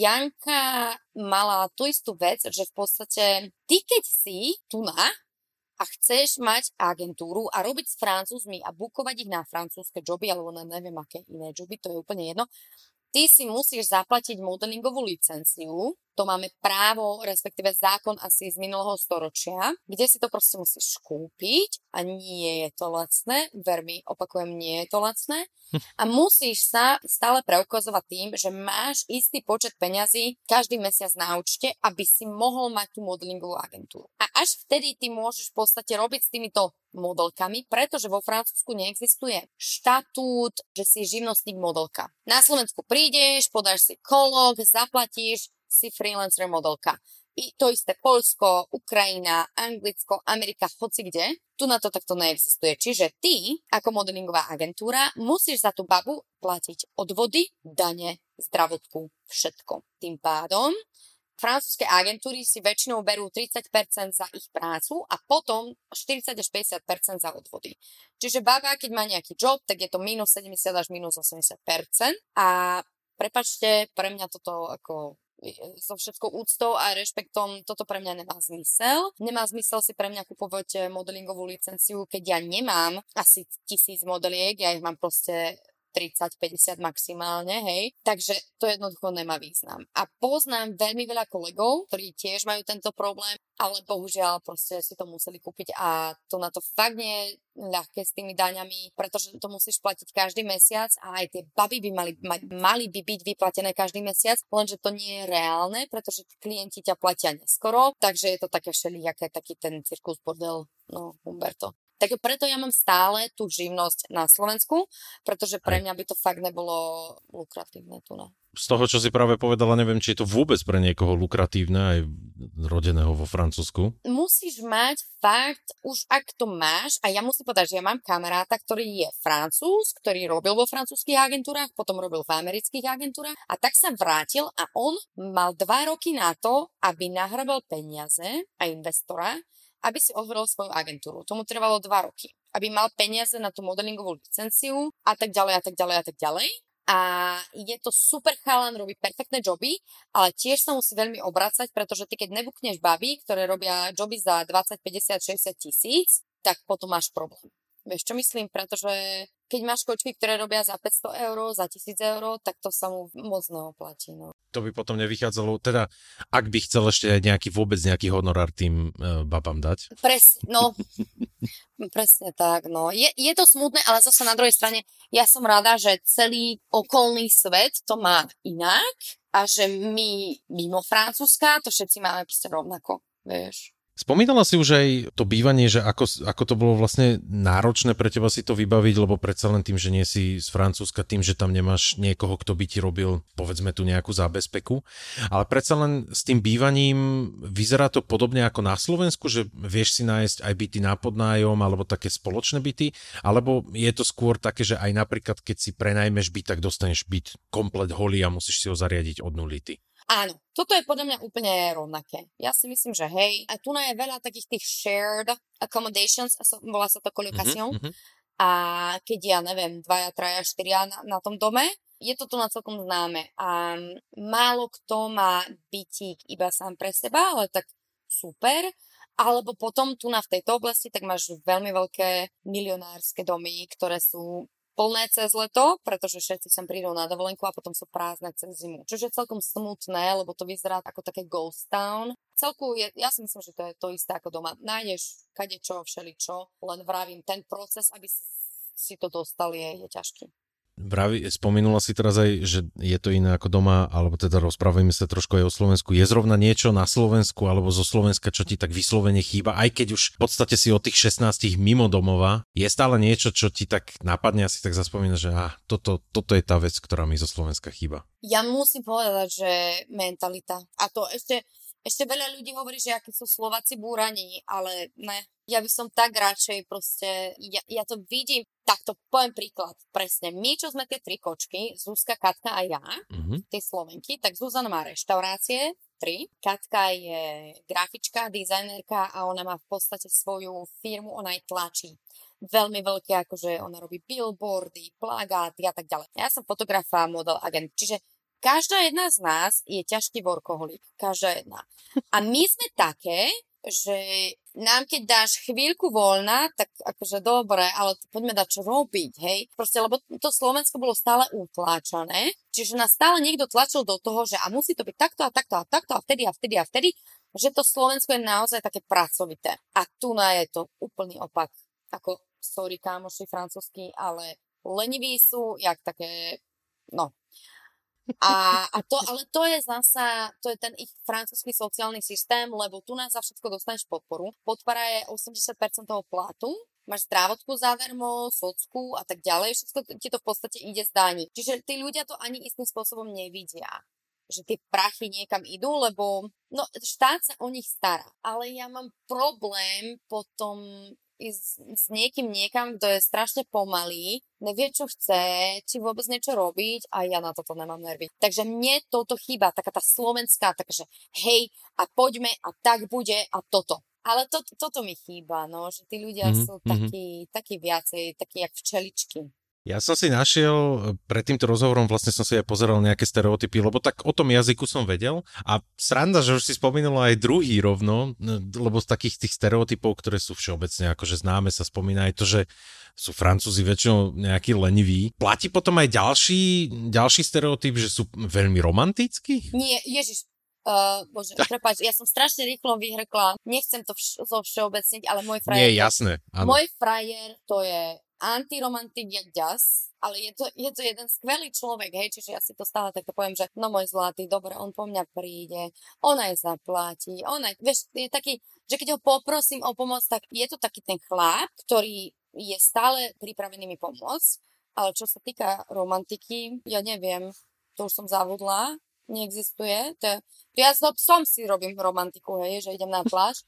Janka mala tú istú vec, že v podstate ty keď si tu na a chceš mať agentúru a robiť s Francúzmi a bukovať ich na francúzske joby, alebo na neviem aké iné joby, to je úplne jedno, ty si musíš zaplatiť modelingovú licenciu, to máme právo, respektíve zákon asi z minulého storočia, kde si to proste musíš kúpiť a nie je to lacné, ver mi, opakujem, nie je to lacné a musíš sa stále preukazovať tým, že máš istý počet peňazí každý mesiac na účte, aby si mohol mať tú modelingovú agentúru. A až vtedy ty môžeš v podstate robiť s týmito modelkami, pretože vo Francúzsku neexistuje štatút, že si živnostník modelka. Na Slovensku prídeš, podáš si kolok, zaplatíš, si freelancer modelka. I to isté Poľsko, Ukrajina, Anglicko, Amerika, hoci kde. Tu na to takto neexistuje. Čiže ty, ako modelingová agentúra, musíš za tú babu platiť odvody, dane, zdravotku, všetko. Tým pádom francúzske agentúry si väčšinou berú tridsať percent za ich prácu a potom štyridsať až päťdesiat percent za odvody. Čiže baba, keď má nejaký job, tak je to minus sedemdesiat až minus osemdesiat percent. A prepáčte, pre mňa toto ako so všetkou úctou a rešpektom, toto pre mňa nemá zmysel. Nemá zmysel si pre mňa kupovať modelingovú licenciu, keď ja nemám asi tisíc modeliek, ja ich mám proste tridsať päťdesiat maximálne, hej. Takže to jednoducho nemá význam. A poznám veľmi veľa kolegov, ktorí tiež majú tento problém, ale bohužiaľ proste si to museli kúpiť a to na to fakt nie je ľahké s tými daňami, pretože to musíš platiť každý mesiac a aj tie baby by mali, mali, mali by byť vyplatené každý mesiac, lenže to nie je reálne, pretože klienti ťa platia neskoro, takže je to také všelijaké, taký ten cirkus bordel, no Humberto. Tak preto ja mám stále tú živnosť na Slovensku, pretože pre mňa by to fakt nebolo lukratívne tu na. Z toho, čo si práve povedala, neviem, či je to vôbec pre niekoho lukratívne, aj rodeného vo Francúzsku. Musíš mať fakt, už ak to máš, a ja musím povedať, že ja mám kamaráta, ktorý je Francúz, ktorý robil vo francúzskych agentúrach, potom robil v amerických agentúrach a tak sa vrátil a on mal dva roky na to, aby nahrabal peniaze a investora, aby si otvoril svoju agentúru. Tomu trvalo dva roky. Aby mal peniaze na tú modelingovú licenciu a tak ďalej a tak ďalej a tak ďalej. A je to super chalan, robí perfektné joby, ale tiež sa musí veľmi obracať, pretože ty keď nebukneš baby, ktoré robia joby za dvadsať, päťdesiat, šesťdesiat tisíc, tak potom máš problém. Vieš, čo myslím? Pretože keď máš kočky, ktoré robia za päťsto eur, za tisíc eur, tak to sa mu moc neoplatí. No. To by potom nevychádzalo, teda ak by chcel ešte aj nejaký vôbec nejaký honorár tým e, babám dať. Presne, no. Presne tak, no. Je, je to smutné, ale zase na druhej strane ja som rada, že celý okolný svet to má inak a že my mimo Francúzska to všetci máme proste rovnako, vieš. Spomínala si už aj to bývanie, že ako, ako to bolo vlastne náročné pre teba si to vybaviť, lebo predsa len tým, že nie si z Francúzska, tým, že tam nemáš niekoho, kto by ti robil, povedzme tu nejakú zábezpeku. Ale predsa len s tým bývaním vyzerá to podobne ako na Slovensku, že vieš si nájsť aj byty na podnájom alebo také spoločné byty, alebo je to skôr také, že aj napríklad keď si prenajmeš byt, tak dostaneš byt komplet holý a musíš si ho zariadiť od nuly ty. Áno, toto je podľa mňa úplne rovnaké. Ja si myslím, že hej, a tu je veľa takých tých shared accommodations, volá sa to colocation, mm-hmm. A keď ja neviem, dvaja, traja, štyria na, na tom dome, je to tu na celkom známe. A málo kto má bytík iba sám pre seba, ale tak super. Alebo potom tu na v tejto oblasti, tak máš veľmi veľké milionárske domy, ktoré sú plné cez leto, pretože všetci sem prídu na dovolenku a potom sú prázdne cez zimu. Čiže je celkom smutné, lebo to vyzerá ako také ghost town. Celku, je, ja si myslím, že to je to isté ako doma. Nájdeš kadečo, všeličo, len vravím, ten proces, aby si to dostal, je, je ťažký. Vravi, spomenula si teraz aj, že je to iné ako doma, alebo teda rozprávajme sa trošku aj o Slovensku. Je zrovna niečo na Slovensku alebo zo Slovenska, čo ti tak vyslovene chýba, aj keď už v podstate si od tých šestnástich mimo domova, je stále niečo, čo ti tak napadne a si tak zaspomínaš, že ah, toto, toto je tá vec, ktorá mi zo Slovenska chýba. Ja musím povedať, že mentalita. A to ešte, Ešte veľa ľudí hovorí, že akí sú Slováci búrani, ale ne. Ja by som tak radšej proste, ja, ja to vidím, takto poviem príklad, presne. My, čo sme tie tri kočky, Zuzka, Katka a ja, mm-hmm. tie Slovenky, tak Zuzana má reštaurácie, tri. Katka je grafička, dizajnerka a ona má v podstate svoju firmu, ona aj tlačí. Veľmi veľké, akože ona robí billboardy, plagáty a tak ďalej. Ja som fotograf a model agent, čiže každá jedna z nás je ťažký workoholik. Každá jedna. A my sme také, že nám keď dáš chvíľku voľna, tak akože dobre, ale poďme dať čo robiť, hej. Proste, lebo to Slovensko bolo stále utláčané, čiže nás stále niekto tlačil do toho, že a musí to byť takto a takto a takto a vtedy a vtedy a vtedy, že to Slovensko je naozaj také pracovité. A tu na je to úplný opak. Ako, sorry kámoši francúzsky, ale leniví sú, jak také, no. A, a to, ale to je zasa, to je ten ich francúzsky sociálny systém, lebo tu nás za všetko dostaneš podporu. Podpora je osemdesiat percent toho platu, máš zdravotku zadarmo, socku a tak ďalej, všetko ti to v podstate ide z daní. Čiže tí ľudia to ani istým spôsobom nevidia, že tie prachy niekam idú, lebo no, štát sa o nich stará. Ale ja mám problém potom ísť s niekým niekam, kto je strašne pomalý, nevie, čo chce, či vôbec niečo robiť a ja na toto nemám nervy. Takže mne toto chýba, taká tá slovenská, takže hej a poďme a tak bude a toto. Ale to, toto mi chýba, no, že tí ľudia mm-hmm. sú takí, takí viacej, takí jak včeličky. Ja som si našiel, pred týmto rozhovorom vlastne som si aj pozeral nejaké stereotypy, lebo tak o tom jazyku som vedel a sranda, že už si spomínala aj druhý rovno, lebo z takých tých stereotypov, ktoré sú všeobecne akože známe, sa spomína aj to, že sú Francúzi väčšinou nejakí leniví. Platí potom aj ďalší, ďalší stereotyp, že sú veľmi romantickí? Nie, Ježiš. Uh, bože, prepáč, ja som strašne rýchlo vyhrkla. Nechcem to vš- zo všeobecniť, ale môj frajer... Nie, jasné. Áno. Môj frajer to je antiromantik jak ďas, ale je to, je to jeden skvelý človek, hej, čiže ja si to stále takto poviem, že no môj zlatý, dobre, on po mňa príde, on aj zaplatí, on aj, vieš, je taký, že keď ho poprosím o pomoc, tak je to taký ten chlap, ktorý je stále pripravený mi pomôcť, ale čo sa týka romantiky, ja neviem, to už som zabudla, neexistuje, to, to ja so psom si robím romantiku, hej, že idem na pláž.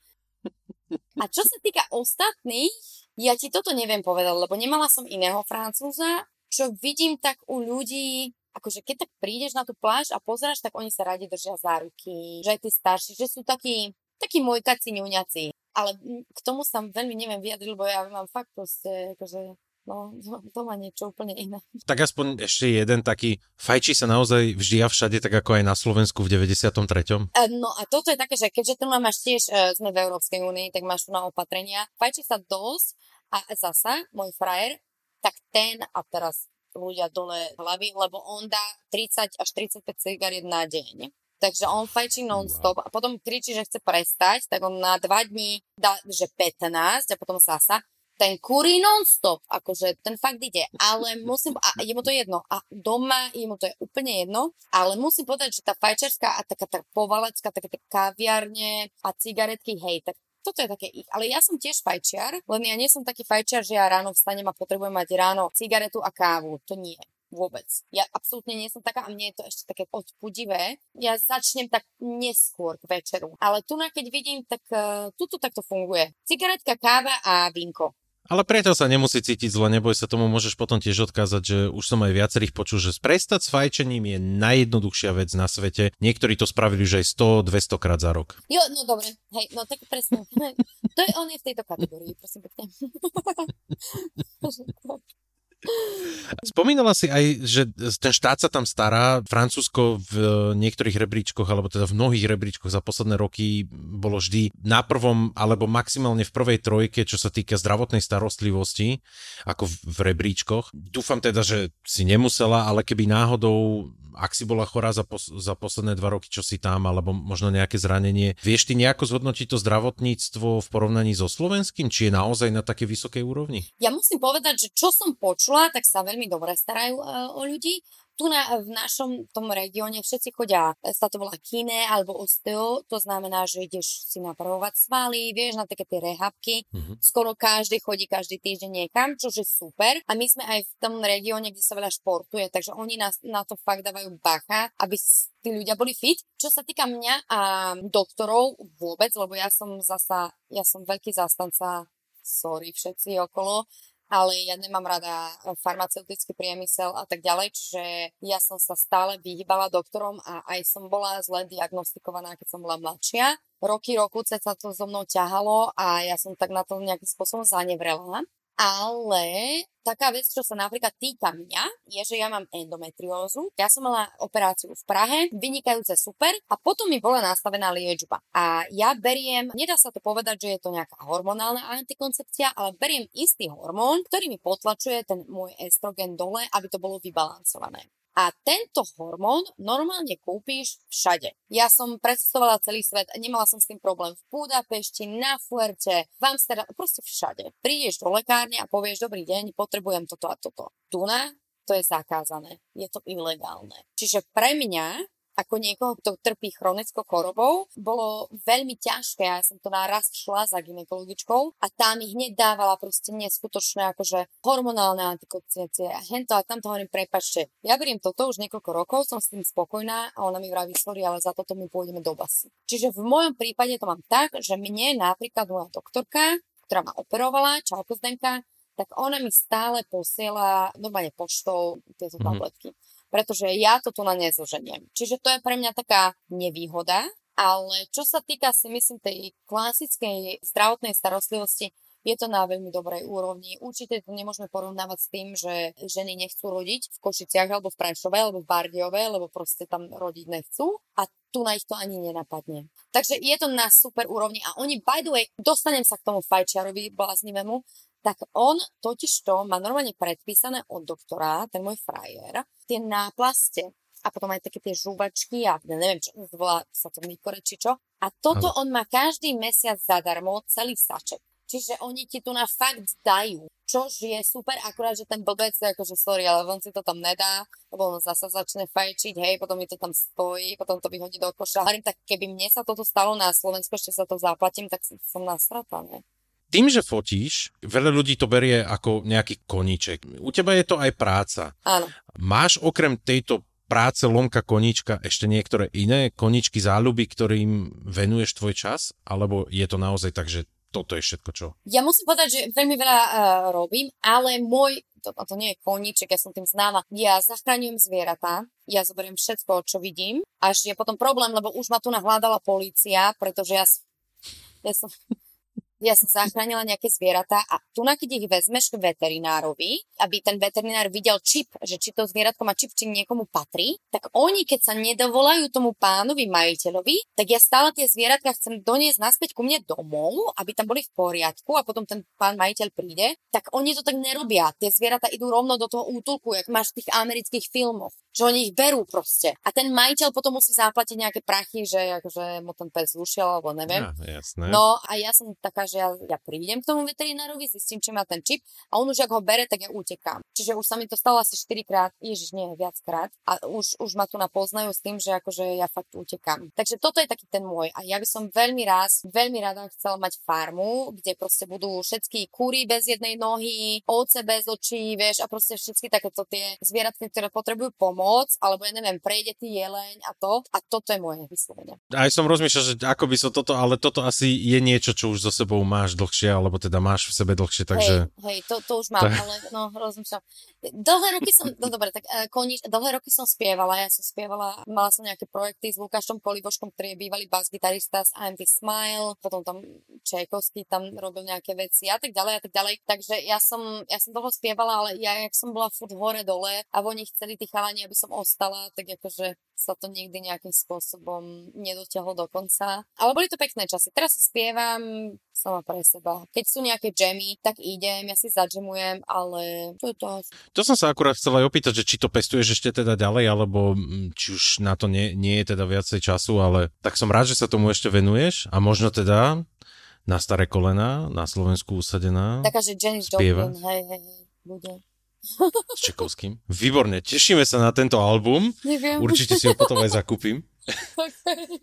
A čo sa týka ostatných, ja ti toto neviem povedať, lebo nemala som iného Francúza, čo vidím tak u ľudí, akože keď tak prídeš na tú pláž a pozeráš, tak oni sa radi držia za ruky, že aj tí starší, že sú takí, takí mojkaci, ňuňaci. Ale k tomu sa veľmi neviem vyjadriť, lebo ja mám fakt proste, akože, no, to má niečo úplne iné. Tak aspoň ešte jeden taký, fajčí sa naozaj vždy a všade, tak ako aj na Slovensku v deväťdesiatom treťom No a toto je také, že keďže tu máš tiež, sme v Európskej únii, tak máš tu na opatrenia, fajčí sa dosť a zasa, môj frajer, tak ten, a teraz ľudia dole hlavy, lebo on dá tridsať až tridsaťpäť cigariet na deň. Takže on fajčí non-stop a potom kričí, že chce prestať, tak on na dva dní dá, že pätnásť a potom zasa ten kurí non-stop, akože ten fakt ide, ale musím, a je mu to jedno, a doma je mu to je úplne jedno, ale musím povedať, že tá fajčarská a taká tá povalecká, také tá kaviarne a cigaretky, hej, tak toto je také ich. Ale ja som tiež fajčiar, len ja nie som taký fajčiar, že ja ráno vstanem a potrebujem mať ráno cigaretu a kávu, to nie. Vôbec. Ja absolútne nie som taká a mne je to ešte také odpudivé. Ja začnem tak neskôr k večeru. Ale tu, keď vidím, tak uh, tuto takto funguje. Cigaretka, káva a vínko. Ale preto sa nemusí cítiť zle, neboj sa, tomu môžeš potom tiež odkázať, že už som aj viacerých počul, že prestať s fajčením je najjednoduchšia vec na svete. Niektorí to spravili už aj sto dvesto krát za rok. Jo, no dobre, hej, no tak presne. To je, on je v tejto kategórii, prosím pekne. Spomínala si aj, že ten štát sa tam stará. Francúzsko v niektorých rebríčkoch, alebo teda v mnohých rebríčkoch za posledné roky bolo vždy na prvom, alebo maximálne v prvej trojke, čo sa týka zdravotnej starostlivosti, ako v rebríčkoch. Dúfam teda, že si nemusela, ale keby náhodou, ak si bola chorá za, pos- za posledné dva roky, čo si tam, alebo možno nejaké zranenie, vieš ty nejako zhodnotiť to zdravotníctvo v porovnaní so slovenským? Či je naozaj na takej vysokej úrovni? Ja musím povedať, že čo som počula, tak sa veľmi dobre starajú uh, o ľudí. tu na, v našom tom regióne všetci chodia, sa to volá kine alebo osteo, to znamená, že ideš si napravovať svaly, vieš, na také tie rehabky. Mm-hmm. Skoro každý chodí každý týždeň niekam, čo je super. A my sme aj v tom regióne, kde sa veľa športuje, takže oni nás na to fakt dávajú bacha, aby tí ľudia boli fit. Čo sa týka mňa a doktorov vôbec, lebo ja som zasa, ja som veľký zástanca, sorry všetci okolo, ale ja nemám rada farmaceutický priemysel a tak ďalej, čiže ja som sa stále vyhýbala doktorom a aj som bola zle diagnostikovaná, keď som bola mladšia. Roky, roku sa to so mnou ťahalo a ja som tak na to nejakým spôsobom zanevrela. Ale taká vec, čo sa napríklad týka mňa, je, že ja mám endometriózu. Ja som mala operáciu v Prahe, vynikajúce super, a potom mi bola nastavená liečba. A ja beriem, nedá sa to povedať, že je to nejaká hormonálna antikoncepcia, ale beriem istý hormón, ktorý mi potlačuje ten môj estrogen dole, aby to bolo vybalancované. A tento hormón normálne kúpíš všade. Ja som precestovala celý svet a nemala som s tým problém v Budapešti, na Fuerte, v Amsterdame, proste všade. Prídeš do lekárne a povieš, dobrý deň, potrebujem toto a toto. Tuna, to je zakázané. Je to ilegálne. Čiže pre mňa, ako niekoho, kto trpí chronickou chorobou, bolo veľmi ťažké. Ja som to naraz šla za gynekologičkou a tá mi hneď dávala proste neskutočné akože hormonálne antikoncepcie a hento a tamto hovorím, prepáčte, ja beriem toto už niekoľko rokov, som s tým spokojná a ona mi vraví, sorry, ale za toto my pôjdeme do basy. Čiže v mojom prípade to mám tak, že mne napríklad moja doktorka, ktorá ma operovala, čauko Zdenka, tak ona mi stále posiela normálne poštou tieto tabletky. Mm-hmm. Pretože ja to tu na nezoženiem. Čiže to je pre mňa taká nevýhoda, ale čo sa týka si myslím tej klasickej zdravotnej starostlivosti, je to na veľmi dobrej úrovni. Určite to nemôžeme porovnávať s tým, že ženy nechcú rodiť v Košiciach alebo v Prešove alebo v Bardejove, lebo proste tam rodiť nechcú a tu na ich to ani nenapadne. Takže je to na super úrovni a oni, by the way, dostanem sa k tomu fajčiarovi bláznivému, tak on totižto má normálne predpísané od doktora, ten môj frajer, tie náplaste a potom aj také tie žuvačky a neviem, čo volá sa to mykore, či čo. A toto on má každý mesiac zadarmo, celý saček. Čiže oni ti tu na fakt dajú, čož je super, akurát, že ten blbec, akože sorry, ale on si to tam nedá, lebo on zasa začne fajčiť, hej, potom mi to tam stojí, potom to vyhodí do koša. Hovorím, tak keby mne sa toto stalo na Slovensku, ešte sa to zaplatím, tak som nasratá, ne? Tým, že fotíš, veľa ľudí to berie ako nejaký koníček. U teba je to aj práca. Áno. Máš okrem tejto práce lomka koníčka ešte niektoré iné koníčky, záľuby, ktorým venuješ tvoj čas? Alebo je to naozaj tak, že toto je všetko, čo? Ja musím povedať, že veľmi veľa uh, robím, ale môj, to, to nie je koníček, ja som tým známa, ja zachraňujem zvieratá, ja zoberiem všetko, čo vidím, až je potom problém, lebo už ma tu nahľadala polícia, pretože ja, ja som... Ja som zachránila nejaké zvieratá a tu, keď ich vezmeš k veterinárovi, aby ten veterinár videl čip, že či to zvieratko má čip, či niekomu patrí, tak oni, keď sa nedovolajú tomu pánovi majiteľovi, tak ja stále tie zvieratka chcem doniesť naspäť ku mne domov, aby tam boli v poriadku a potom ten pán majiteľ príde, tak oni to tak nerobia. Tie zvieratá idú rovno do toho útulku, jak máš v tých amerických filmoch, že oni ich berú proste. A ten majiteľ potom musí zaplatiť nejaké prachy, že akože mu ten pes zlušil, alebo neviem. Ja, jasné. No a ja som taká, že ja, ja prídem k tomu veterinárovi, zistím, či má ten čip a on už ak ho bere, tak ja utekám. Čiže už sa mi to stalo asi štyrikrát, ježiš, nie, viackrát a už, už ma tu napoznajú s tým, že akože ja fakt utekám. Takže toto je taký ten môj a ja by som veľmi raz, veľmi rada chcela mať farmu, kde proste budú všetky kúry bez jednej nohy, ovce bez očí, vieš, a proste všetky takéto tie zvieratky, ktoré potrebujú pomoc, alebo ja neviem, prejde ty jeleň a to a toto je moje vyslovene. Aj som rozmýšľal, že ako by som toto, ale toto asi je niečo, čo už so sebou máš dlhšie, alebo teda máš v sebe dlhšie, takže... Hej, hej, to, to už mám, tak... ale no, rozmýšľam. Dlhé roky som, no dobre, tak koníč, dlhé roky som spievala, ja som spievala, mala som nejaké projekty s Lukášom Koliboškom, ktorý je bývalý bas-gitarista z I M T Smile, potom tam Čajkovský tam robil nejaké veci a tak ďalej a tak ďalej, takže ja som, ja som dlho spievala, ale ja, jak som bola furt hore dole a oni chceli tí chalani, aby som ostala, tak akože sa to nikdy nejakým spôsobom nedotiahlo do konca. Ale boli to pekné časy. Teraz si spievam sama pre seba. Keď sú nejaké jammy, tak idem, ja si zadžemujem, ale to je to. To som sa akurát chcela aj opýtať, že či to pestuješ ešte teda ďalej, alebo či už na to nie, nie je teda viacej času, ale tak som rád, že sa tomu ešte venuješ a možno teda na staré kolena, na Slovensku usadená. Taká, že Janis Joplin, hej, hej, hej, bude. S Čekovským. Výborne, tešíme sa na tento album. Neviem. Určite si ho potom aj zakúpim. Okay.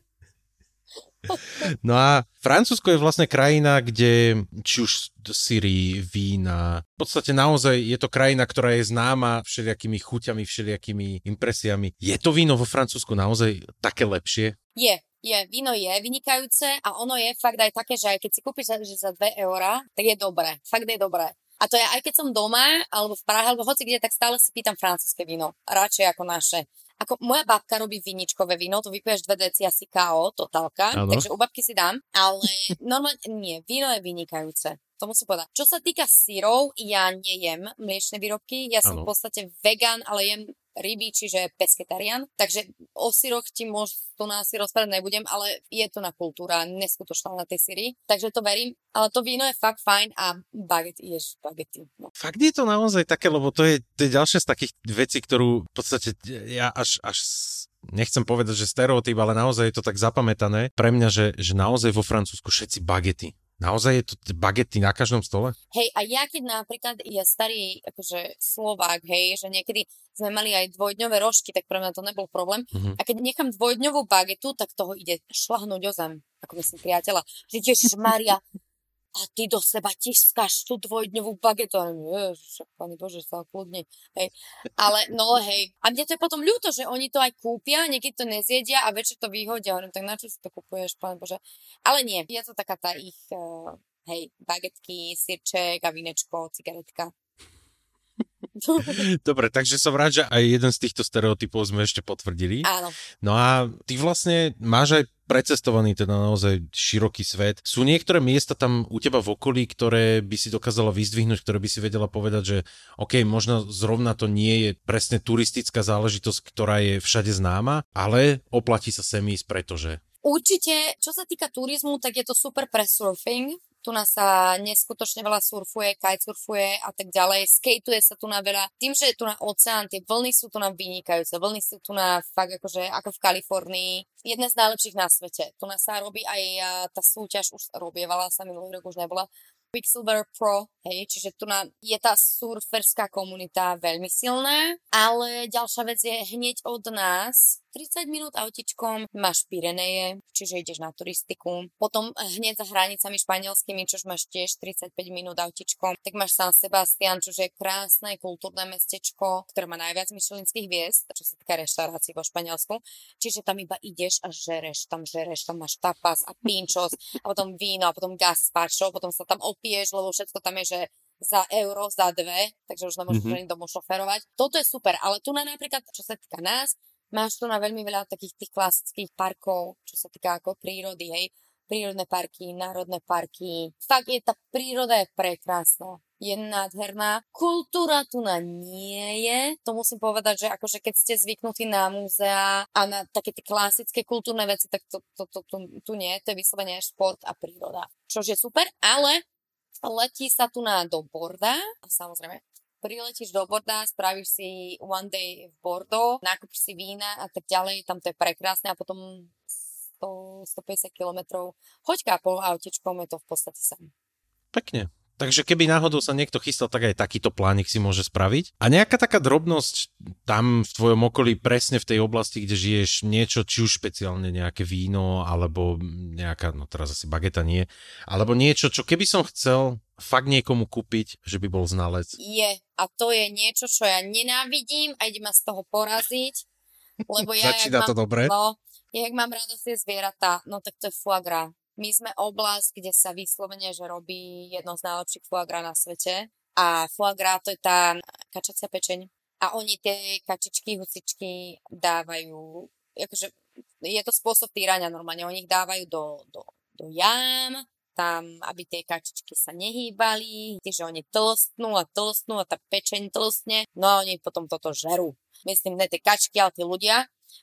No a Francúzsko je vlastne krajina, kde či už syry, vína, v podstate naozaj je to krajina, ktorá je známa všelijakými chuťami, všelijakými impresiami. Je to víno vo Francúzsku naozaj také lepšie? Je. Je, víno je vynikajúce a ono je fakt aj také, že aj keď si kúpiš za, že za dve eurá, tak je dobré. Fakt je dobré. A to je aj keď som doma, alebo v Prahe, alebo hoci kde, tak stále si pýtam francúzske víno. Radšej ako naše. Ako moja babka robí viničkové víno, to vypiješ dve deci asi ká ó, totálka, ano. Takže u babky si dám, ale normálne nie, víno je vynikajúce. To musím povedať. Čo sa týka syrov, ja nejem mliečne výrobky, ja som ano. V podstate vegan, ale jem ryby, čiže pesketarián. Takže o syroch ti môžu tu na si rozprávať nebudem, ale je to na kultúra neskutočná na tej syri. Takže to verím. Ale to víno je fakt fajn a baget, ješ bagety. No. Fakt je to naozaj také, lebo to je, to je ďalšia z takých vecí, ktorú v podstate ja až, až nechcem povedať, že stereotyp, ale naozaj je to tak zapamätané pre mňa, že, že naozaj vo Francúzsku všetci bagety. Naozaj je to bagety na každom stole? Hej, a ja keď napríklad ja starý akože Slovák, hej, že niekedy sme mali aj dvojdňové rožky, tak pre mňa to nebol problém. Uh-huh. A keď nechám dvojdňovú bagetu, tak toho ide šlahnúť o zem, ako myslím priateľa. Že Ježišmaria, a ty do seba tiskáš tú dvojdňovú bagetu. A ježiš, Pane Bože, sa kľudne. Hej. Ale no hej. A mne to je potom ľúto, že oni to aj kúpia, niekedy to nezjedia a večer to vyhodia. Hovorím, tak na čo si to kupuješ, Pane Bože? Ale nie, je to taká tá ich, uh, hej, bagetky, sirček a vínečko, cigaretka. Dobre, takže som rád, že aj jeden z týchto stereotypov sme ešte potvrdili. Áno. No a ty vlastne máš aj precestovaný teda naozaj široký svet. Sú niektoré miesta tam u teba v okolí, ktoré by si dokázala vyzdvihnúť, ktoré by si vedela povedať, že OK, možno zrovna to nie je presne turistická záležitosť, ktorá je všade známa, ale oplatí sa sem ísť, pretože... Určite, čo sa týka turizmu, tak je to super pre surfing. Tu nás sa neskutočne veľa surfuje, kitesurfuje a tak ďalej. Skateuje sa tu na veľa. Tým, že je tu na oceán, tie vlny sú tu na vynikajúce. Vlny sú tu na fakt akože ako v Kalifornii. Jedna z najlepších na svete. Tu nás sa robí aj tá súťaž, už robievala sa, minulý rok už nebola. Quicksilver Pro, hej, čiže tu na, je tá surferská komunita veľmi silná, ale ďalšia vec je hneď od nás, tridsať minút autičkom máš Pyreneje, čiže ideš na turistiku. Potom hneď za hranicami španielskými, čož máš tiež tridsaťpäť minút autičkom, tak máš San Sebastián, čo je krásne kultúrne mestečko, ktoré má najviac myšelinských hviezd, čo sa týka reštaurácií vo Španielsku. Čiže tam iba ideš a žereš, tam žereš, tam máš tapas a pinchos, a potom víno, a potom gazpacho, potom sa tam opiješ, lebo všetko tam je, že za euro, za dve, takže už nemôžeš mm-hmm. domov šoferovať. Toto je super, ale tu na napríklad, čo sa týka nás, máš tu na veľmi veľa takých tých klasických parkov, čo sa týka ako prírody, hej. Prírodné parky, národné parky. Fakt je, tá príroda je prekrásna. Je nádherná. Kultúra tu na nie je. To musím povedať, že akože keď ste zvyknutí na múzea a na také tie klasické kultúrne veci, tak to, to, to, to tu nie. To je vyslovene šport a príroda. Čož je super, ale letí sa tu na do Borda a samozrejme priletíš do Borda, spravíš si one day v Bordeaux, nakúpiš si vína a tak ďalej, tam to je prekrásne a potom sto, stopäťdesiat kilometrov hoďka pol autičkom je to v podstate sam. Pekne. Takže keby náhodou sa niekto chystal, tak aj takýto plánik si môže spraviť. A nejaká taká drobnosť tam v tvojom okolí, presne v tej oblasti, kde žiješ, niečo, či už špeciálne nejaké víno, alebo nejaká, no teraz asi bageta nie, alebo niečo, čo keby som chcel fakt niekomu kúpiť, že by bol znalec. Je. A to je niečo, čo ja nenávidím a ide ma z toho poraziť, lebo ja, Začína to mám, dobre. No, ja, jak mám rada tie zvieratá, no tak to je foie gras. My sme oblasť, kde sa vyslovene, že robí jedno z najlepších foie gras na svete. A foie gras to je tá kačacia pečeň. A oni tie kačičky, husičky dávajú, akože je to spôsob týrania normálne. Oni ich dávajú do, do, do jám, tam, aby tie kačičky sa nehýbali, že oni tlstnú a tlstnú a tá pečeň tlstne. No a oni potom toto žerú. Myslím, ne tie kačky, ale tie ľudia.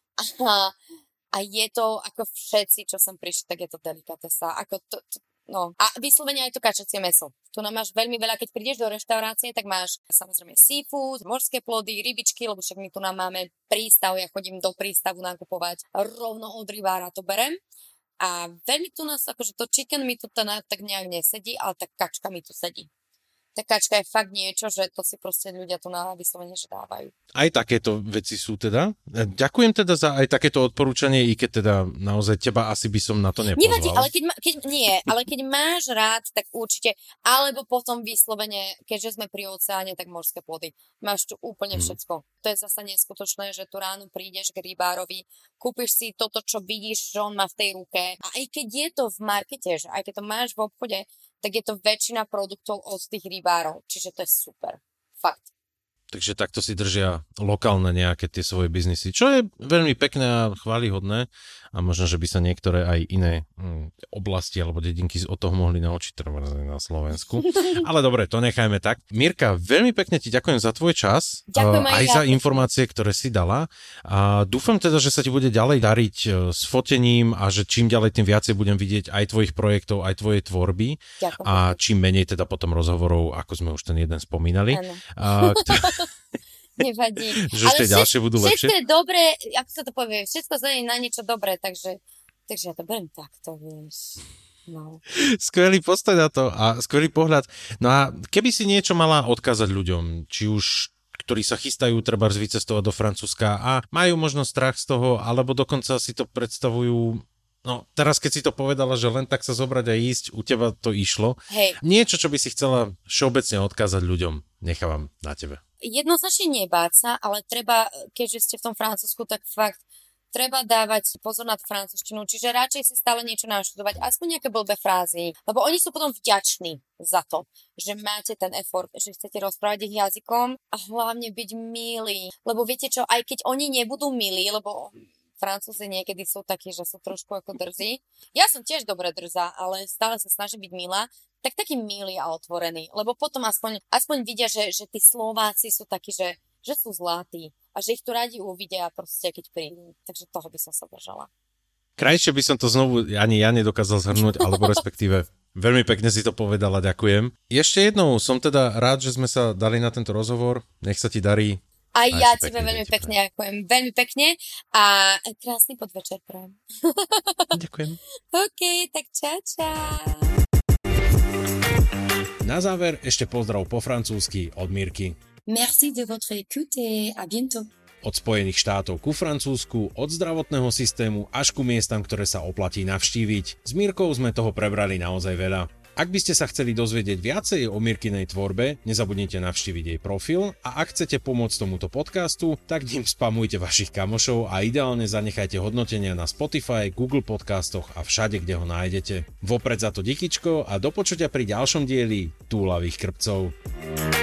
A A je to, ako všetci, čo som prišli, tak je to delikatesa. Ako to, to, no. A vyslovene aj to kačacie mäso. Tu nám máš veľmi veľa, keď prídeš do reštaurácie, tak máš samozrejme seafood, morské plody, rybičky, lebo však my tu nám máme prístav, ja chodím do prístavu nakupovať, rovno od rybára to berem. A veľmi tu nás, akože to chicken mi tu tak nejak nesedí, ale tá kačka mi tu sedí. tá kačka je fakt niečo, že to si proste ľudia tu na vyslovene že dávajú. Aj takéto veci sú teda. Ďakujem teda za aj takéto odporúčanie, i keď teda naozaj teba asi by som na to nepozval. Nevadí, ale keď, ma, keď nie, ale keď máš rád, tak určite, alebo potom vyslovene, keďže sme pri oceáne, tak morské plody. Máš tu úplne všetko. Hmm. To je zasa neskutočné, že tu ráno prídeš k rybárovi, kúpiš si toto, čo vidíš, že on má v tej ruke. A aj keď je to v markete, že aj keď to máš v obchode, tak je to väčšina produktov od tých rybárov. Čiže to je super. Fakt. Takže takto si držia lokálne nejaké tie svoje biznisy, čo je veľmi pekné a chválihodné a možno, že by sa niektoré aj iné hm, oblasti alebo dedinky od toho mohli naučiť na Slovensku. Ale dobre, to nechajme tak. Mirka, veľmi pekne ti ďakujem za tvoj čas, ďakujem aj, aj ja. za informácie, ktoré si dala. A dúfam teda, že sa ti bude ďalej dariť s fotením a že čím ďalej, tým viacej budem vidieť aj tvojich projektov, aj tvojej tvorby. Ďakujem. A čím menej teda potom rozhovorov, ako sme už ten jeden spomínali. A, nevadí. Že ale všetko, ďalšie budú lepšie? Všetko je dobré, ako sa to povie, všetko znie na niečo dobré, takže, takže ja to beriem takto, vieš. No. Skvelý postoj na to a skvelý pohľad. No a keby si niečo mala odkázať ľuďom, či už ktorí sa chystajú treba vycestovať do Francúzska a majú možno strach z toho, alebo dokonca si to predstavujú. No, teraz keď si to povedala, že len tak sa zobrať a ísť, u teba to išlo. Hej. Niečo, čo by si chcela všeobecne odkázať ľuďom, nechávam na tebe. Jednoznačne nebáť sa, ale treba, keďže ste v tom Francúzsku, tak fakt treba dávať pozor na francúzštinu, čiže radšej si stále niečo naštudovať, aspoň nejaké blbé frázy, lebo oni sú potom vďační za to, že máte ten effort, že chcete rozprávať ich jazykom a hlavne byť milí, lebo viete čo, aj keď oni nebudú milí, lebo Francúzi niekedy sú takí, že sú trošku ako drzí. Ja som tiež dobre drzá, ale stále sa snažím byť milá. Tak taký milý a otvorený, lebo potom aspoň, aspoň vidia, že, že tí Slováci sú takí, že, že sú zlatí a že ich tu radi uvidia proste, keď prídu. Takže toho by som sa držala. Krajšie by som to znovu ani ja nedokázal zhrnúť, alebo respektíve veľmi pekne si to povedala, ďakujem. Ešte jednou som teda rád, že sme sa dali na tento rozhovor. Nech sa ti darí. A ja tebe veľmi pekne ďakujem. Veľmi pekne a krásny podvečer prajem. Ďakujem. OK, tak čau, čau. Na záver ešte pozdrav po francúzsky od Mirky. Merci de votre écoute et à bientôt. Od Spojených štátov ku Francúzsku, od zdravotného systému až ku miestam, ktoré sa oplatí navštíviť. S Mirkou sme toho prebrali naozaj veľa. Ak by ste sa chceli dozvedieť viacej o Mirkinej tvorbe, nezabudnite navštíviť jej profil a ak chcete pomôcť tomuto podcastu, tak ním spamujte vašich kamošov a ideálne zanechajte hodnotenia na Spotify, Google podcastoch a všade, kde ho nájdete. Vopred za to dikičko a do počutia pri ďalšom dieli Túlavých krpcov.